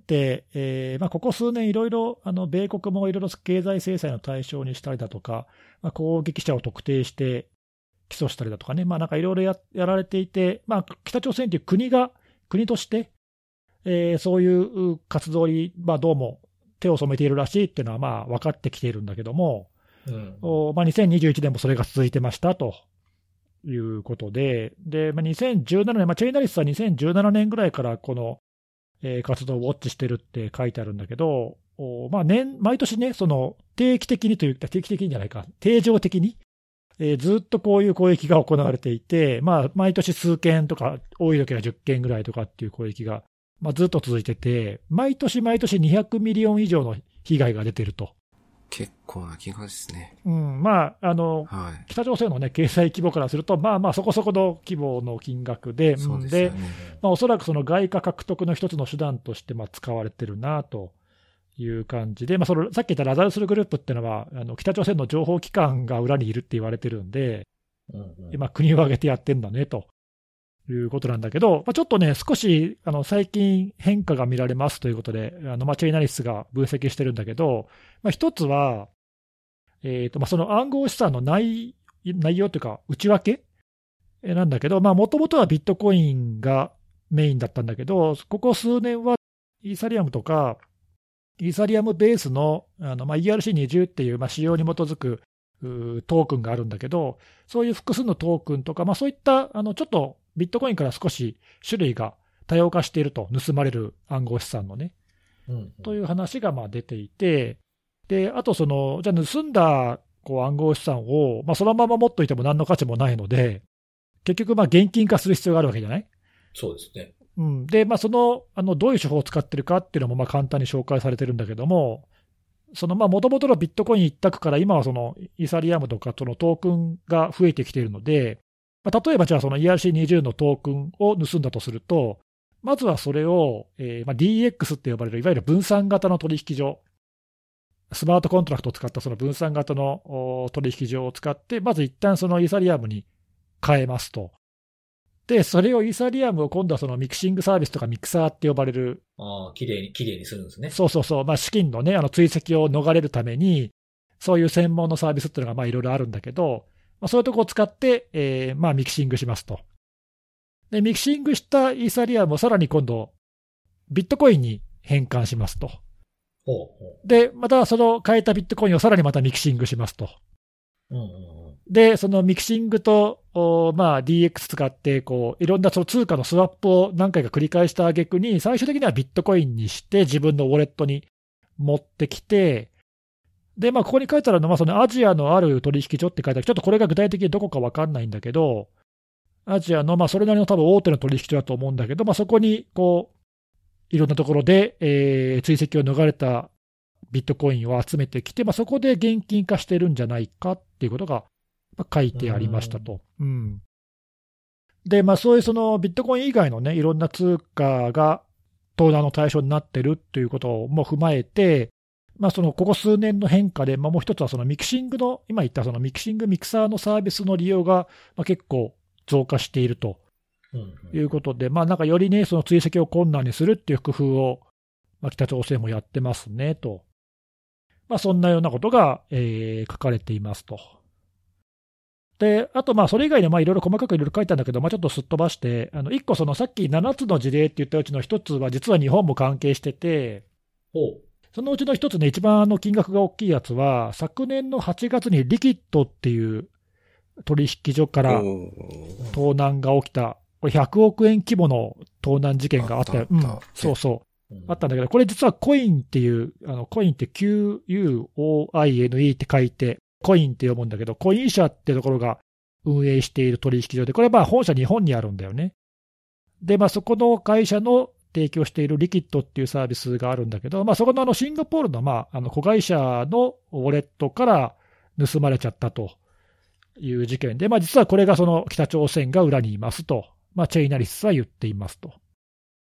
えーまあ、ここ数年いろいろ、あの、米国もいろいろ経済制裁の対象にしたりだとか、まあ、攻撃者を特定して起訴したりだとかね、まあ、なんかいろいろややられていて、まあ、北朝鮮という国が、国として、えー、そういう活動に、まあ、どうも手を染めているらしいっていうのは、まあ、分かってきているんだけども、うんおまあ、にせんにじゅういちねんもそれが続いてましたということで、でまあ、にせんじゅうななねん、まあ、チェイナリスはにせんじゅうななねんぐらいからこの、えー、活動をウォッチしてるって書いてあるんだけど、まあ年、毎年ね、その定期的にというか、定期的にじゃないか、定常的に、えー、ずっとこういう攻撃が行われていて、まあ、毎年数件とか、多い時はじゅっけんぐらいとかっていう攻撃が、まあ、ずっと続いてて、毎年毎年にひゃくミリオン以上の被害が出てると。 結構な金額ですね。 うん、まあ、あの、はい、北朝鮮のね、経済規模からすると、まあまあ、そこそこの規模の金額で、 そうですよね。 で、まあ、おそらくその外貨獲得の一つの手段として、まあ、使われてるなという感じで、まあ、その、さっき言ったラザルスルグループっていうのは、あの、北朝鮮の情報機関が裏にいるって言われてるんで、うんうん、今、国を挙げてやってんだね、ということなんだけど、まあ、ちょっとね、少し、あの、最近変化が見られますということで、あの、まあ、チェイナリスが分析してるんだけど、まあ、一つは、えーとまあ、その暗号資産の 内, 内容というか、内訳なんだけど、もともとはビットコインがメインだったんだけど、ここ数年はイーサリアムとか、イーサリアムベースの, あの、まあ、イーアールシーにじゅう っていう、まあ、仕様に基づくトークンがあるんだけど、そういう複数のトークンとか、まあ、そういったあのちょっとビットコインから少し種類が多様化していると、盗まれる暗号資産のね、うんうん、という話がまあ出ていて、であとその、じゃあ盗んだこう暗号資産を、まあ、そのまま持っといても何の価値もないので、結局、まあ現金化する必要があるわけじゃない。 そうですね。 うん、で、まあ、そのあのどういう手法を使ってるかっていうのもまあ簡単に紹介されてるんだけども、そのもともとのビットコイン一択から今はそのイーサリアムとかそのトークンが増えてきているので、まあ、例えばじゃあその イーアールシーにじゅう のトークンを盗んだとすると、まずはそれを、えーまあ、ディーエックス って呼ばれるいわゆる分散型の取引所、スマートコントラクトを使ったその分散型の取引所を使って、まず一旦そのイーサリアムに変えますと。で、それをイーサリアムを今度はそのミクシングサービスとかミクサーって呼ばれる。 ああ、きれいに、きれいにするんですね。 そうそうそう。まあ、資金のね、あの追跡を逃れるために、そういう専門のサービスっていうのがまあいろいろあるんだけど、まあ、そういうところを使って、えー、まあミキシングしますと。で、ミキシングしたイーサリアムをさらに今度、ビットコインに変換しますと。 ほうほう。 で、またその変えたビットコインをさらにまたミキシングしますと。 うんうんうん、 で、そのミキシングと、まあ、ディーエックス 使って、こう、いろんなその通貨のスワップを何回か繰り返した挙句に、最終的にはビットコインにして自分のウォレットに持ってきて、で、まあ、ここに書いてあるのは、そのアジアのある取引所って書いてある。ちょっとこれが具体的にどこかわかんないんだけど、アジアの、まあ、それなりの多分大手の取引所だと思うんだけど、まあ、そこに、こう、いろんなところで、えー、追跡を逃れたビットコインを集めてきて、まあ、そこで現金化してるんじゃないかっていうことが書いてありましたと。うん、で、まあ、そういうそのビットコイン以外のね、いろんな通貨が盗難の対象になってるっていうことも踏まえて、まあ、そのここ数年の変化で、まあ、もう一つはそのミキシングの、今言ったそのミキシングミキサーのサービスの利用がまあ結構増加しているということで、まあ、なんかよりね、その追跡を困難にするっていう工夫を、まあ、北朝鮮もやってますねと。まあ、そんなようなことが、えー、書かれていますと。で、あと、まあ、それ以外にもいろいろ細かくいろいろ書いたんだけど、まあ、ちょっとすっ飛ばして、あの、いっこそのさっきななつの事例って言ったうちのひとつは、実は日本も関係してて、そのうちのひとつね、一番あの金額が大きいやつは、昨年のはちがつにリキッドっていう取引所から盗難が起きた、これひゃくおくえん規模の盗難事件があった。うん、そうそう。あったんだけど、これ実はコインっていう、あのコインって キューユーオーアイエヌイー って書いて、コインって読むんだけど、コイン社ってところが運営している取引所で、これはまあ本社日本にあるんだよね。で、まあそこの会社の提供しているリキッドっていうサービスがあるんだけど、まあそこのあのシンガポールのまああの子会社のウォレットから盗まれちゃったという事件で、まあ実はこれがその北朝鮮が裏にいますと、まあチェイナリスは言っていますと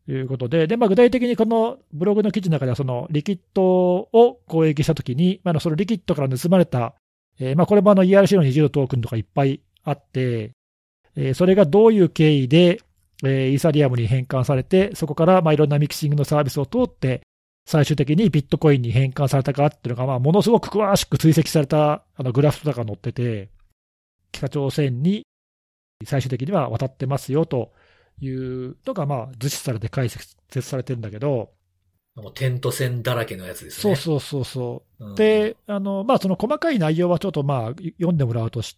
いうことで、で、まあ、具体的にこのブログの記事の中では、そのリキッドを攻撃したときに、まあ、そのリキッドから盗まれた、えー、まあ、これもあの イーアールシー の二重トークンとかいっぱいあって、えー、それがどういう経緯で、えー、イーサリアムに変換されて、そこからまあいろんなミキシングのサービスを通って、最終的にビットコインに変換されたかっていうのが、まあ、ものすごく詳しく追跡されたあのグラフとか載ってて、北朝鮮に最終的には渡ってますよというのが、まあ、図示されて解説されてるんだけど、 もうテント戦だらけのやつですね。 そうそうそうそう。うん、で、あの、まあ、その細かい内容はちょっとまあ、読んでもらうとして、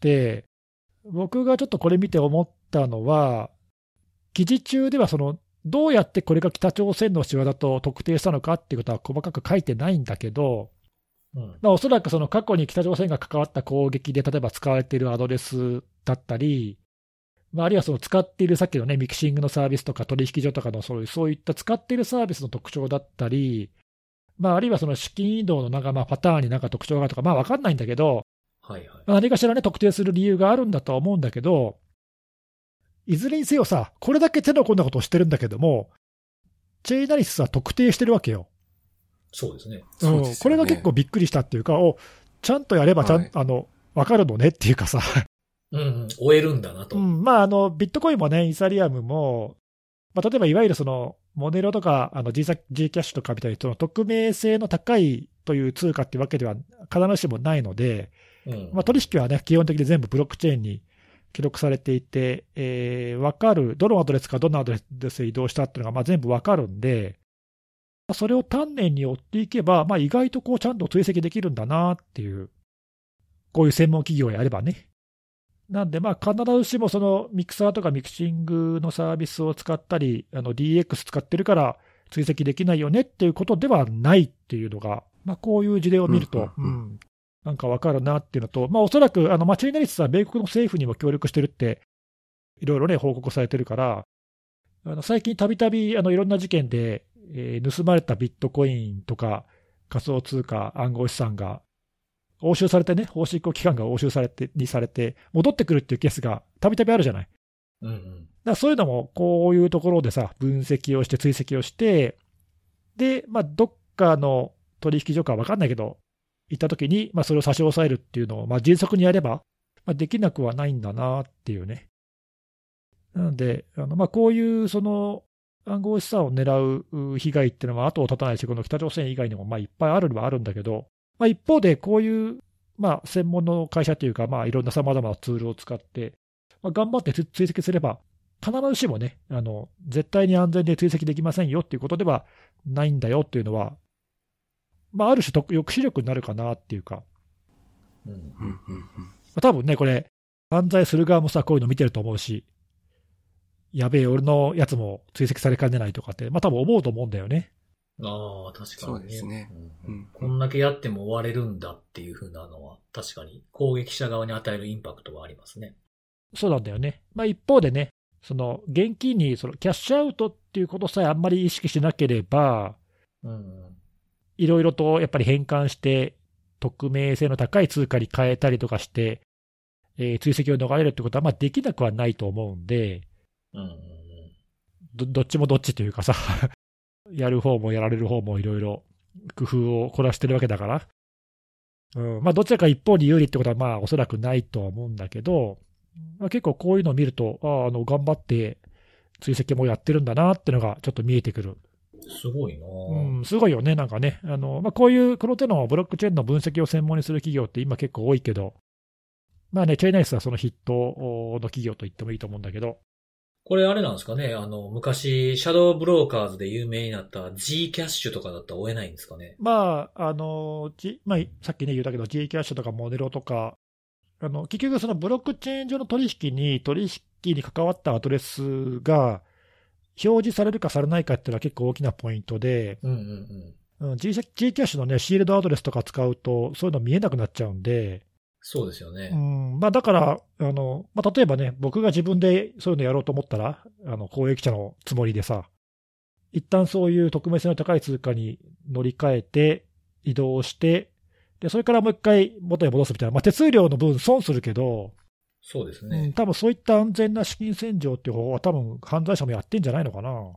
僕がちょっとこれ見て思ったのは、記事中ではその、どうやってこれが北朝鮮の仕業だと特定したのかっていうことは細かく書いてないんだけど、うんまあ、おそらくその過去に北朝鮮が関わった攻撃で、例えば使われているアドレスだったり、まあ、あるいはその使っているさっきのね、ミキシングのサービスとか取引所とかのそういう、そういった使っているサービスの特徴だったり、まあ、あるいはその資金移動のなんかまあパターンになんか特徴があるとか、まあ分かんないんだけど、 はいはい、 何かしらね、特定する理由があるんだとは思うんだけど、いずれにせよさ、これだけ手の込んだことをしてるんだけども、チェイナリスは特定してるわけよ。 そうですね。 うん、そうですよね。これが結構びっくりしたっていうか、おちゃんとやればちゃん、はい、あの分かるのねっていうかさ。 うん、うん、終えるんだなと。 うん、まあ、あの、ビットコインもね、イーサリアムも、まあ、例えばいわゆるその、モネロとか、あの G、G キャッシュとかみたいに、その匿名性の高いという通貨っていうわけでは必ずしもないので、うんまあ、取引はね、基本的に全部ブロックチェーンに記録されていて、えー、分かる、どのアドレスかどのアドレスへ移動したっていうのがまあ全部分かるんで、それを丹念に追っていけば、まあ、意外とこうちゃんと追跡できるんだなっていう、こういう専門企業をやればね。なんで、まあ、必ずしもそのミクサーとかミクシングのサービスを使ったり、あの ディーエックス 使ってるから追跡できないよねっていうことではないっていうのが、まあ、こういう事例を見ると、うん、うんうん、なんかわかるなっていうのと、まあ、おそらく、あの、チェイナリスは米国の政府にも協力してるって、いろいろね、報告されてるから、あの最近たびたび、あの、いろんな事件で、えー、盗まれたビットコインとか仮想通貨、暗号資産が、押収されてね、法執行機関が押収されて、にされて、戻ってくるっていうケースがたびたびあるじゃない。 うんうん、だからそういうのも、こういうところでさ、分析をして、追跡をして、で、まあ、どっかの取引所か分かんないけど、行ったときに、まあ、それを差し押さえるっていうのを、まあ、迅速にやれば、まあ、できなくはないんだなっていうね。なので、あのまあ、こういうその暗号資産を狙う被害っていうのは後を絶たないし、この北朝鮮以外にもまあいっぱいあるのはあるんだけど、まあ、一方で、こういう、まあ、専門の会社というか、まあ、いろんなさまざまなツールを使って、まあ、頑張って追跡すれば、必ずしもね、あの、絶対に安全で追跡できませんよっていうことではないんだよっていうのは、まあ、ある種、抑止力になるかなっていうか、 うんうんうんまあ、多分ね、これ、犯罪する側もさ、こういうの見てると思うし、やべえ、俺のやつも追跡されかねないとかって、まあ、多分思うと思うんだよね。 ああ、確かに、ね。 そうですね、 うんうん。こんだけやっても終われるんだっていう風なのは、確かに攻撃者側に与えるインパクトはありますね。 そうなんだよね。まあ、一方でね、その現金にそのキャッシュアウトっていうことさえあんまり意識しなければ、いろいろとやっぱり変換して、匿名性の高い通貨に変えたりとかして、えー、追跡を逃れるってことはまあできなくはないと思うんで、 うんうんうん、 ど, どっちもどっちというかさ、やる方もやられる方もいろいろ工夫を凝らしてるわけだから、うんまあ、どちらか一方に有利ってことはまあおそらくないとは思うんだけど、まあ、結構こういうのを見ると、ああの頑張って追跡もやってるんだなっていうのがちょっと見えてくる。 すごいな、 うん、すごいよね、なんかね、あのまあ、こういうこの手のブロックチェーンの分析を専門にする企業って今結構多いけど、まあね、チェイナリスはその筆頭の企業と言ってもいいと思うんだけど、 これあれなんですかね、あの、昔、シャドウブローカーズで有名になった G キャッシュとかだったら追えないんですかね。 まあ、あの、G、まあ、さっきね言ったけど G キャッシュとかモデロとか、あの、結局そのブロックチェーン上の取引に、取引に関わったアドレスが表示されるかされないかっていうのは結構大きなポイントで、 うんうんうん、G、G キャッシュのね、シールドアドレスとか使うと、そういうの見えなくなっちゃうんで、 そうですよね。 うんまあ、だから、あのまあ、例えばね、僕が自分でそういうのやろうと思ったら、あの公益者のつもりでさ、一旦そういう匿名性の高い通貨に乗り換えて、移動して、でそれからもう一回元に戻すみたいな、まあ、手数料の分、損するけど、 そうですね、 うん、多分そういった安全な資金洗浄っていう方法は、多分犯罪者もやってんじゃないのかな。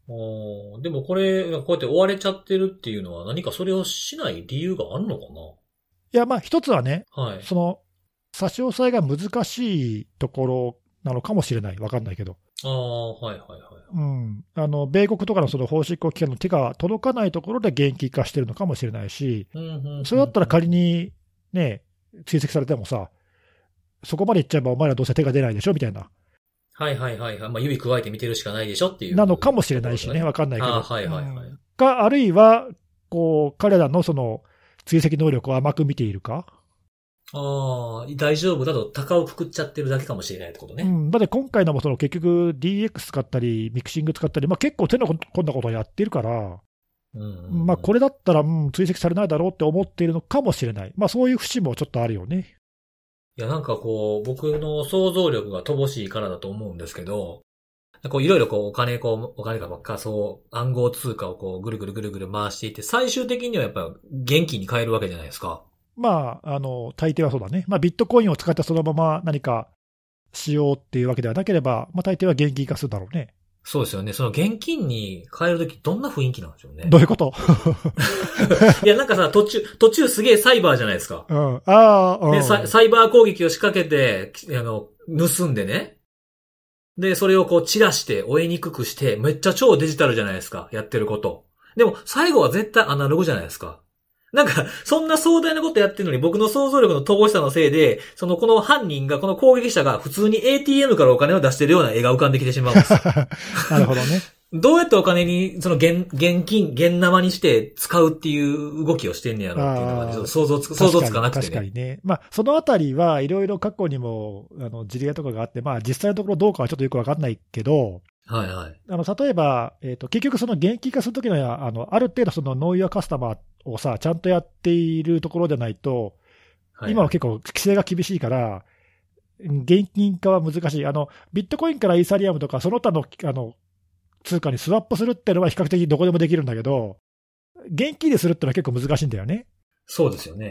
おでもこれ、こうやって追われちゃってるっていうのは何かそれをしない理由があるのかな？ いや、まあ一つはね、 はい、 その、差し押さえが難しいところなのかもしれない。わかんないけど。 ああ、はいはいはい。 うん。あの、米国とかのその法執行機関の手が届かないところで現金化してるのかもしれないし、 うんうんうんうん、 それだったら仮にね、追跡されてもさ、そこまでいっちゃえばお前らどうせ手が出ないでしょみたいな。 はいはいはいはい。まあ、指加えて見てるしかないでしょっていう、 なのかもしれないしね。わかんないけど。 あはいはいはい。 うん、か、あるいは、こう、彼らのその、追跡能力を甘く見ているか。 ああ、大丈夫だと高をくくっちゃってるだけかもしれないってことね。 うん。だって今回のもその結局 ディーエックス 使ったり、ミクシング使ったり、まあ結構手の込んだことをやってるから、うんうん、まあこれだったら、うん、追跡されないだろうって思っているのかもしれない。まあそういう節もちょっとあるよね。 いやなんかこう、僕の想像力が乏しいからだと思うんですけど、こういろいろこうお金こう、お金が仮想暗号通貨をこうぐるぐるぐるぐる回していって、最終的にはやっぱ現金に変えるわけじゃないですか。 まあ、あの、大抵はそうだね。まあ、ビットコインを使ってそのまま何かしようっていうわけではなければ、まあ、大抵は現金化するだろうね。 そうですよね。その現金に変えるときどんな雰囲気なんでしょうね。 どういうこといや、なんかさ、途中、途中すげえサイバーじゃないですか。 うん。ああ、うん。 でサ、サイバー攻撃を仕掛けて、あの、盗んでね。で、それをこう散らして追いにくくして、めっちゃ超デジタルじゃないですか。やってること。でも、最後は絶対アナログじゃないですか。なんか、そんな壮大なことやってるのに僕の想像力の乏しさのせいで、そのこの犯人が、この攻撃者が普通に エーティーエム からお金を出してるような絵が浮かんできてしまうんです。 なるほどね。 どうやってお金に、その現、現金、現生にして使うっていう動きをしてんねやろっていうのが、ね、想像つ、想像つかなくてね。 確かにね。まあ、そのあたりはいろいろ過去にも、あの、事例とかがあって、まあ、実際のところどうかはちょっとよくわかんないけど、 はいはい。 あの、例えば、えっと、結局その現金化するときには、あの、ある程度そのノーユアカスタマーをさ、ちゃんとやっているところでないと、はいはい、今は結構規制が厳しいから、現金化は難しい。あの、ビットコインからイーサリアムとか、その他の、あの、通貨にスワップするっていうのは比較的どこでもできるんだけど、現金でするってのは結構難しいんだよね。 そうですよね。 うん。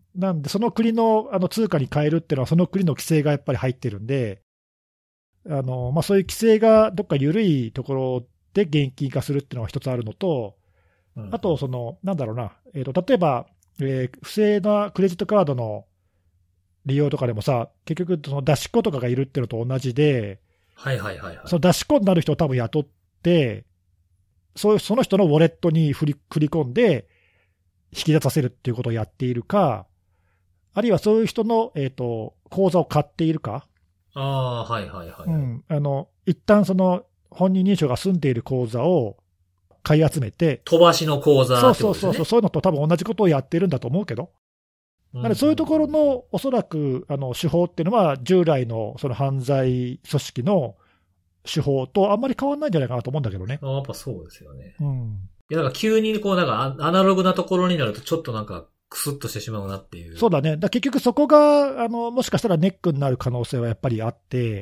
なんで、その国のあの通貨に変えるっていうのは、その国の規制がやっぱり入ってるんで、あの、まあ、そういう規制がどっか緩いところで現金化するっていうのが一つあるのと、うん、あと、その、なんだろうな、えーと、例えば、えー、不正なクレジットカードの利用とかでもさ、結局、その出し子とかがいるっていうのと同じで、 はいはいはいはい。 その出し子になる人を多分雇って、そういうその人のウォレットに振り振り込んで、引き出させるっていうことをやっているか、あるいはそういう人の、えーと、口座を買っているか。 ああ、はいはいはい。 うん。あの、一旦その本人認証が済んでいる口座を買い集めて。 飛ばしの口座ってことですね。 そうそうそう。そういうのと多分同じことをやってるんだと思うけど。なのでそういうところのおそらくあの手法っていうのは従来のその犯罪組織の手法とあんまり変わらないんじゃないかなと思うんだけどね。 あやっぱそうですよね。 うん。 いや、なんか急にこうなんかアナログなところになるとちょっとなんかクスッとしてしまうなっていう。 そうだね。だ結局そこが、あの、もしかしたらネックになる可能性はやっぱりあって、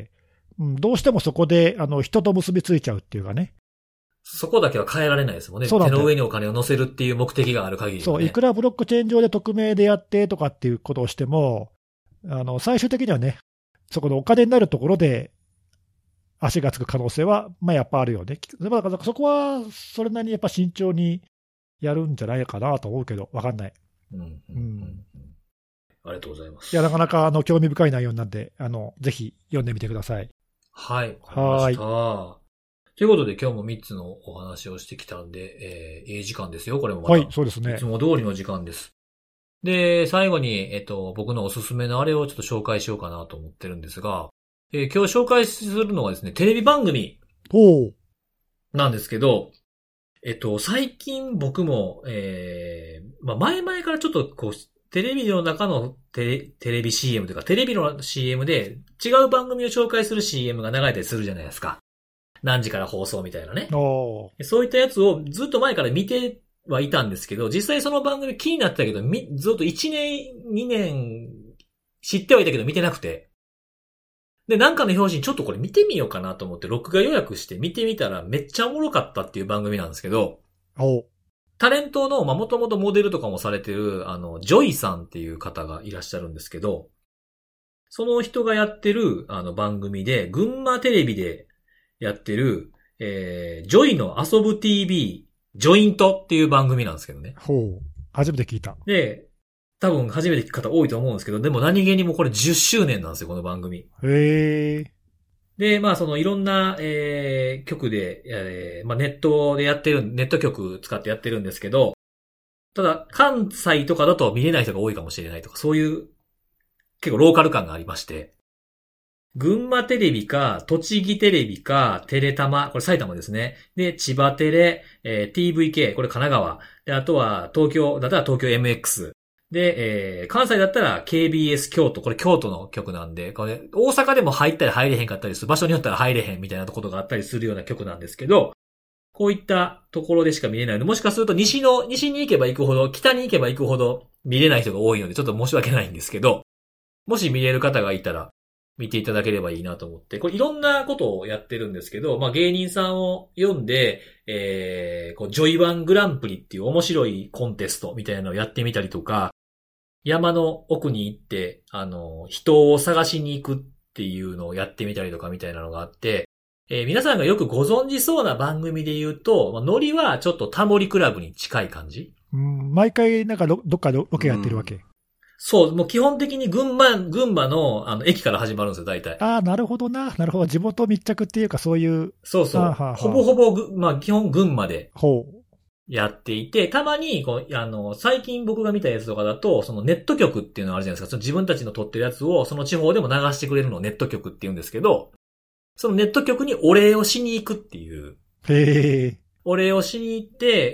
うん、どうしてもそこで、あの、人と結びついちゃうっていうかね。 そこだけは変えられないですもんね。手の上にお金を乗せるっていう目的がある限り、ね。 そう、いくらブロックチェーン上で匿名でやってとかっていうことをしても、あの、最終的にはね、そこのお金になるところで足がつく可能性は、まあやっぱあるよね。だからそこは、それなりにやっぱ慎重にやるんじゃないかなと思うけど、わかんない。 うんうんうんうん、ありがとうございます。 いや、なかなかあの興味深い内容なんで、あの、ぜひ読んでみてください。 はい。はい。ということで今日もみっつのお話をしてきたんで、えー、いい時間ですよ、これもまた。 はい、そうですね。 いつも通りの時間です。で、最後に、えっと、僕のおすすめのあれをちょっと紹介しようかなと思ってるんですが、えー、今日紹介するのはですね、テレビ番組なんですけど、えっと、最近僕も、えー、まあ、前々からちょっとこう、テレビの中のテレ、テレビ シーエム というか、テレビの シーエム で違う番組を紹介する シーエム が流れたりするじゃないですか。何時から放送みたいなね。そういったやつをずっと前から見てはいたんですけど、実際その番組気になってたけど、みずっといちねん、にねん知ってはいたけど見てなくて。で、なんかの表紙にちょっとこれ見てみようかなと思って録画予約して見てみたらめっちゃおもろかったっていう番組なんですけど、タレントの、まあ、もともとモデルとかもされてる、あの、ジョイさんっていう方がいらっしゃるんですけど、その人がやってる、あの、番組で、群馬テレビでやってる、 えー、ジョイの遊ぶ ティーブイ、ジョイントっていう番組なんですけどね。 ほう。初めて聞いた。 で、多分初めて聞く方多いと思うんですけど、でも何気にもこれじゅっしゅうねんなんですよ、この番組。 へー。 で、まあそのいろんな、えー、局で、えー、まあネットでやってる、ネット局使ってやってるんですけど、ただ関西とかだと見れない人が多いかもしれないとか、そういう結構ローカル感がありまして、群馬テレビか、栃木テレビか、テレタマ、これ埼玉ですね。で、千葉テレ、えー、ティーブイケー、これ神奈川。で、あとは東京、だったら東京 エムエックス。で、えー、関西だったら ケービーエス 京都、これ京都の局なんで、これ大阪でも入ったり入れへんかったりする、場所によったら入れへんみたいなことがあったりするような局なんですけど、こういったところでしか見れないので、もしかすると西の、西に行けば行くほど、北に行けば行くほど見れない人が多いので、ちょっと申し訳ないんですけど、もし見れる方がいたら、見ていただければいいなと思って、これいろんなことをやってるんですけど、まあ芸人さんを呼んで、えー、こうジョイワングランプリっていう面白いコンテストみたいなのをやってみたりとか、山の奥に行って、あの、人を探しに行くっていうのをやってみたりとかみたいなのがあって、えー、皆さんがよくご存知そうな番組で言うと、まあ、ノリはちょっとタモリクラブに近い感じ。 うん、毎回なんかどっかロケやってるわけ。 そう、もう基本的に群馬、群馬の、あの、駅から始まるんですよ、大体。 ああ、なるほどな。なるほど。地元密着っていうか、そういう。 そうそう。はあはあ、ほぼほぼぐ、まあ、基本群馬で。 ほう。 やっていて、たまに、こう、あの、最近僕が見たやつとかだと、そのネット局っていうのがあるじゃないですか。その自分たちの撮ってるやつを、その地方でも流してくれるのをネット局って言うんですけど、そのネット局にお礼をしに行くっていう。 へー。 お礼をしに行って、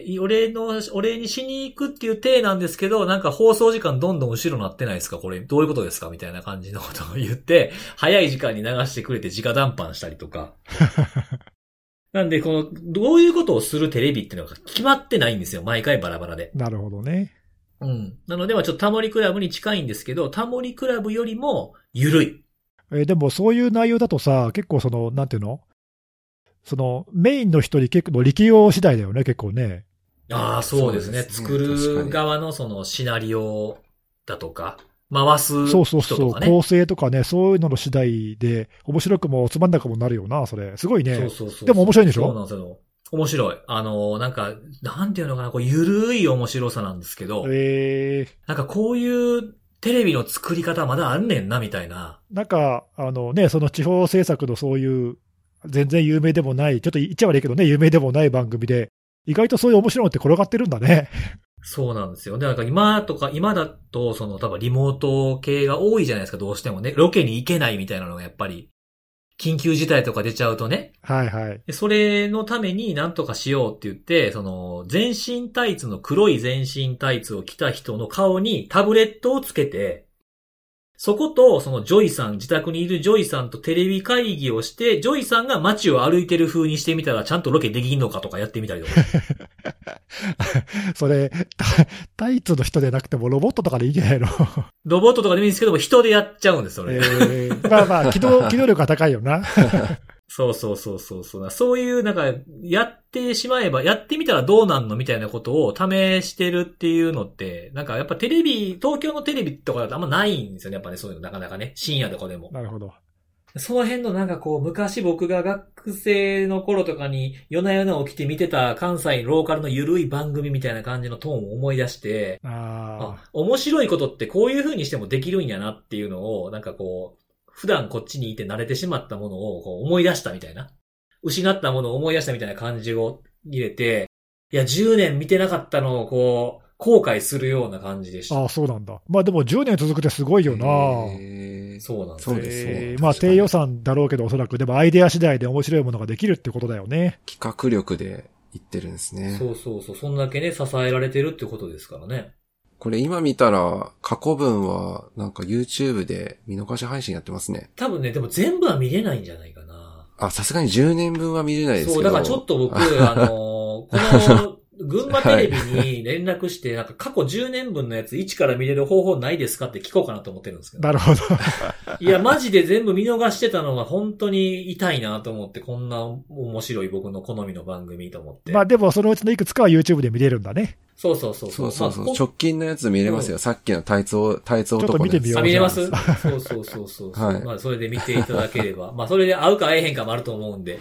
お礼の、お礼にしに行くっていう体なんですけど、なんか放送時間どんどん後ろになってないですかこれ、どういうことですかみたいな感じのことを言って、早い時間に流してくれて直談判したりとか。なんで、この、どういうことをするテレビっていうのが決まってないんですよ。毎回バラバラで。 なるほどね。 うん。なので、まあちょっとタモリクラブに近いんですけど、タモリクラブよりも緩い。 えー、でもそういう内容だとさ、結構その、なんていうのその、メインの人に結構力量次第だよね、結構ね。 ああ、そうですね。作る側のそのシナリオだとか、回す人とかね。 そうそうそう。構成とかね、そういうのの次第で、面白くもつまんなくもなるよな、それ。すごいね。 そうそうそう。 でも面白いんでしょ？ そうなんですよ。面白い。あの、なんか、なんていうのかな、こう、ゆるい面白さなんですけど。 へー。 なんかこういうテレビの作り方まだあんねんな、みたいな。 なんか、あのね、その地方制作のそういう、全然有名でもない、ちょっと言っちゃ悪いけどね、有名でもない番組で、意外とそういう面白いのって転がってるんだね。 そうなんですよ。で、なんか今とか、今だと、その多分リモート系が多いじゃないですか、どうしてもね。ロケに行けないみたいなのがやっぱり、緊急事態とか出ちゃうとね。 はいはい。 でそれのために何とかしようって言って、その、全身タイツの黒い全身タイツを着た人の顔にタブレットをつけて、そこと、そのジョイさん、自宅にいるジョイさんとテレビ会議をして、ジョイさんが街を歩いてる風にしてみたら、ちゃんとロケできんのかとかやってみたりとか。 それタ、タイツの人でなくてもロボットとかでいいんじゃないの？ ロボットとかでもいいんですけども、人でやっちゃうんです、それ。 えー、まあまあ、機動、機動力が高いよな。 そうそうそうそうそう。そういう、なんか、やってしまえば、やってみたらどうなんのみたいなことを試してるっていうのって、なんかやっぱテレビ、東京のテレビとかだとあんまないんですよね。やっぱね、そういうのなかなかね。深夜とかでも。 なるほど。 その辺のなんかこう、昔僕が学生の頃とかに夜な夜な起きて見てた関西ローカルの緩い番組みたいな感じのトーンを思い出して、 ああ、面白いことってこういう風にしてもできるんやなっていうのを、なんかこう、普段こっちにいて慣れてしまったものをこう思い出したみたいな。失ったものを思い出したみたいな感じを入れて、いや、じゅうねん見てなかったのをこう、後悔するような感じでした。 ああ、そうなんだ。まあでもじゅうねん続くってすごいよな。 へー、そうなんですね。そうですね。 まあ低予算だろうけどおそらく、でもアイデア次第で面白いものができるってことだよね。 企画力で言ってるんですね。 そうそうそう。そんだけね、支えられてるってことですからね。 これ今見たら、過去分はなんか YouTube で見逃し配信やってますね。 多分ね、でも全部は見れないんじゃないかな。 あ、さすがにじゅうねんぶんは見れないですけど。 そう、だからちょっと僕、あのー、この、群馬テレビに連絡して、なんか過去じゅうねんぶんのやつ一から見れる方法ないですかって聞こうかなと思ってるんですけど。 なるほど。 いや、マジで全部見逃してたのが本当に痛いなと思って、こんな面白い僕の好みの番組と思って。 まあでもそのうちのいくつかは YouTube で見れるんだね。 そうそうそうそう。そうそうそう。直近のやつ見れますよ。うん、さっきのタイツを、タイツ男のやつ。 ちょっと見てみよう。 あ、見れますそうそうそうそう。はい。まあそれで見ていただければ。まあそれで合うか合えへんかもあると思うんで。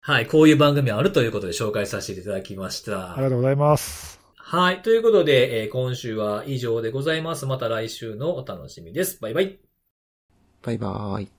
はい、こういう番組あるということで紹介させていただきました。 ありがとうございます。 はい、ということで、えー、今週は以上でございます。また来週のお楽しみです。バイバイ。 バイバーイ。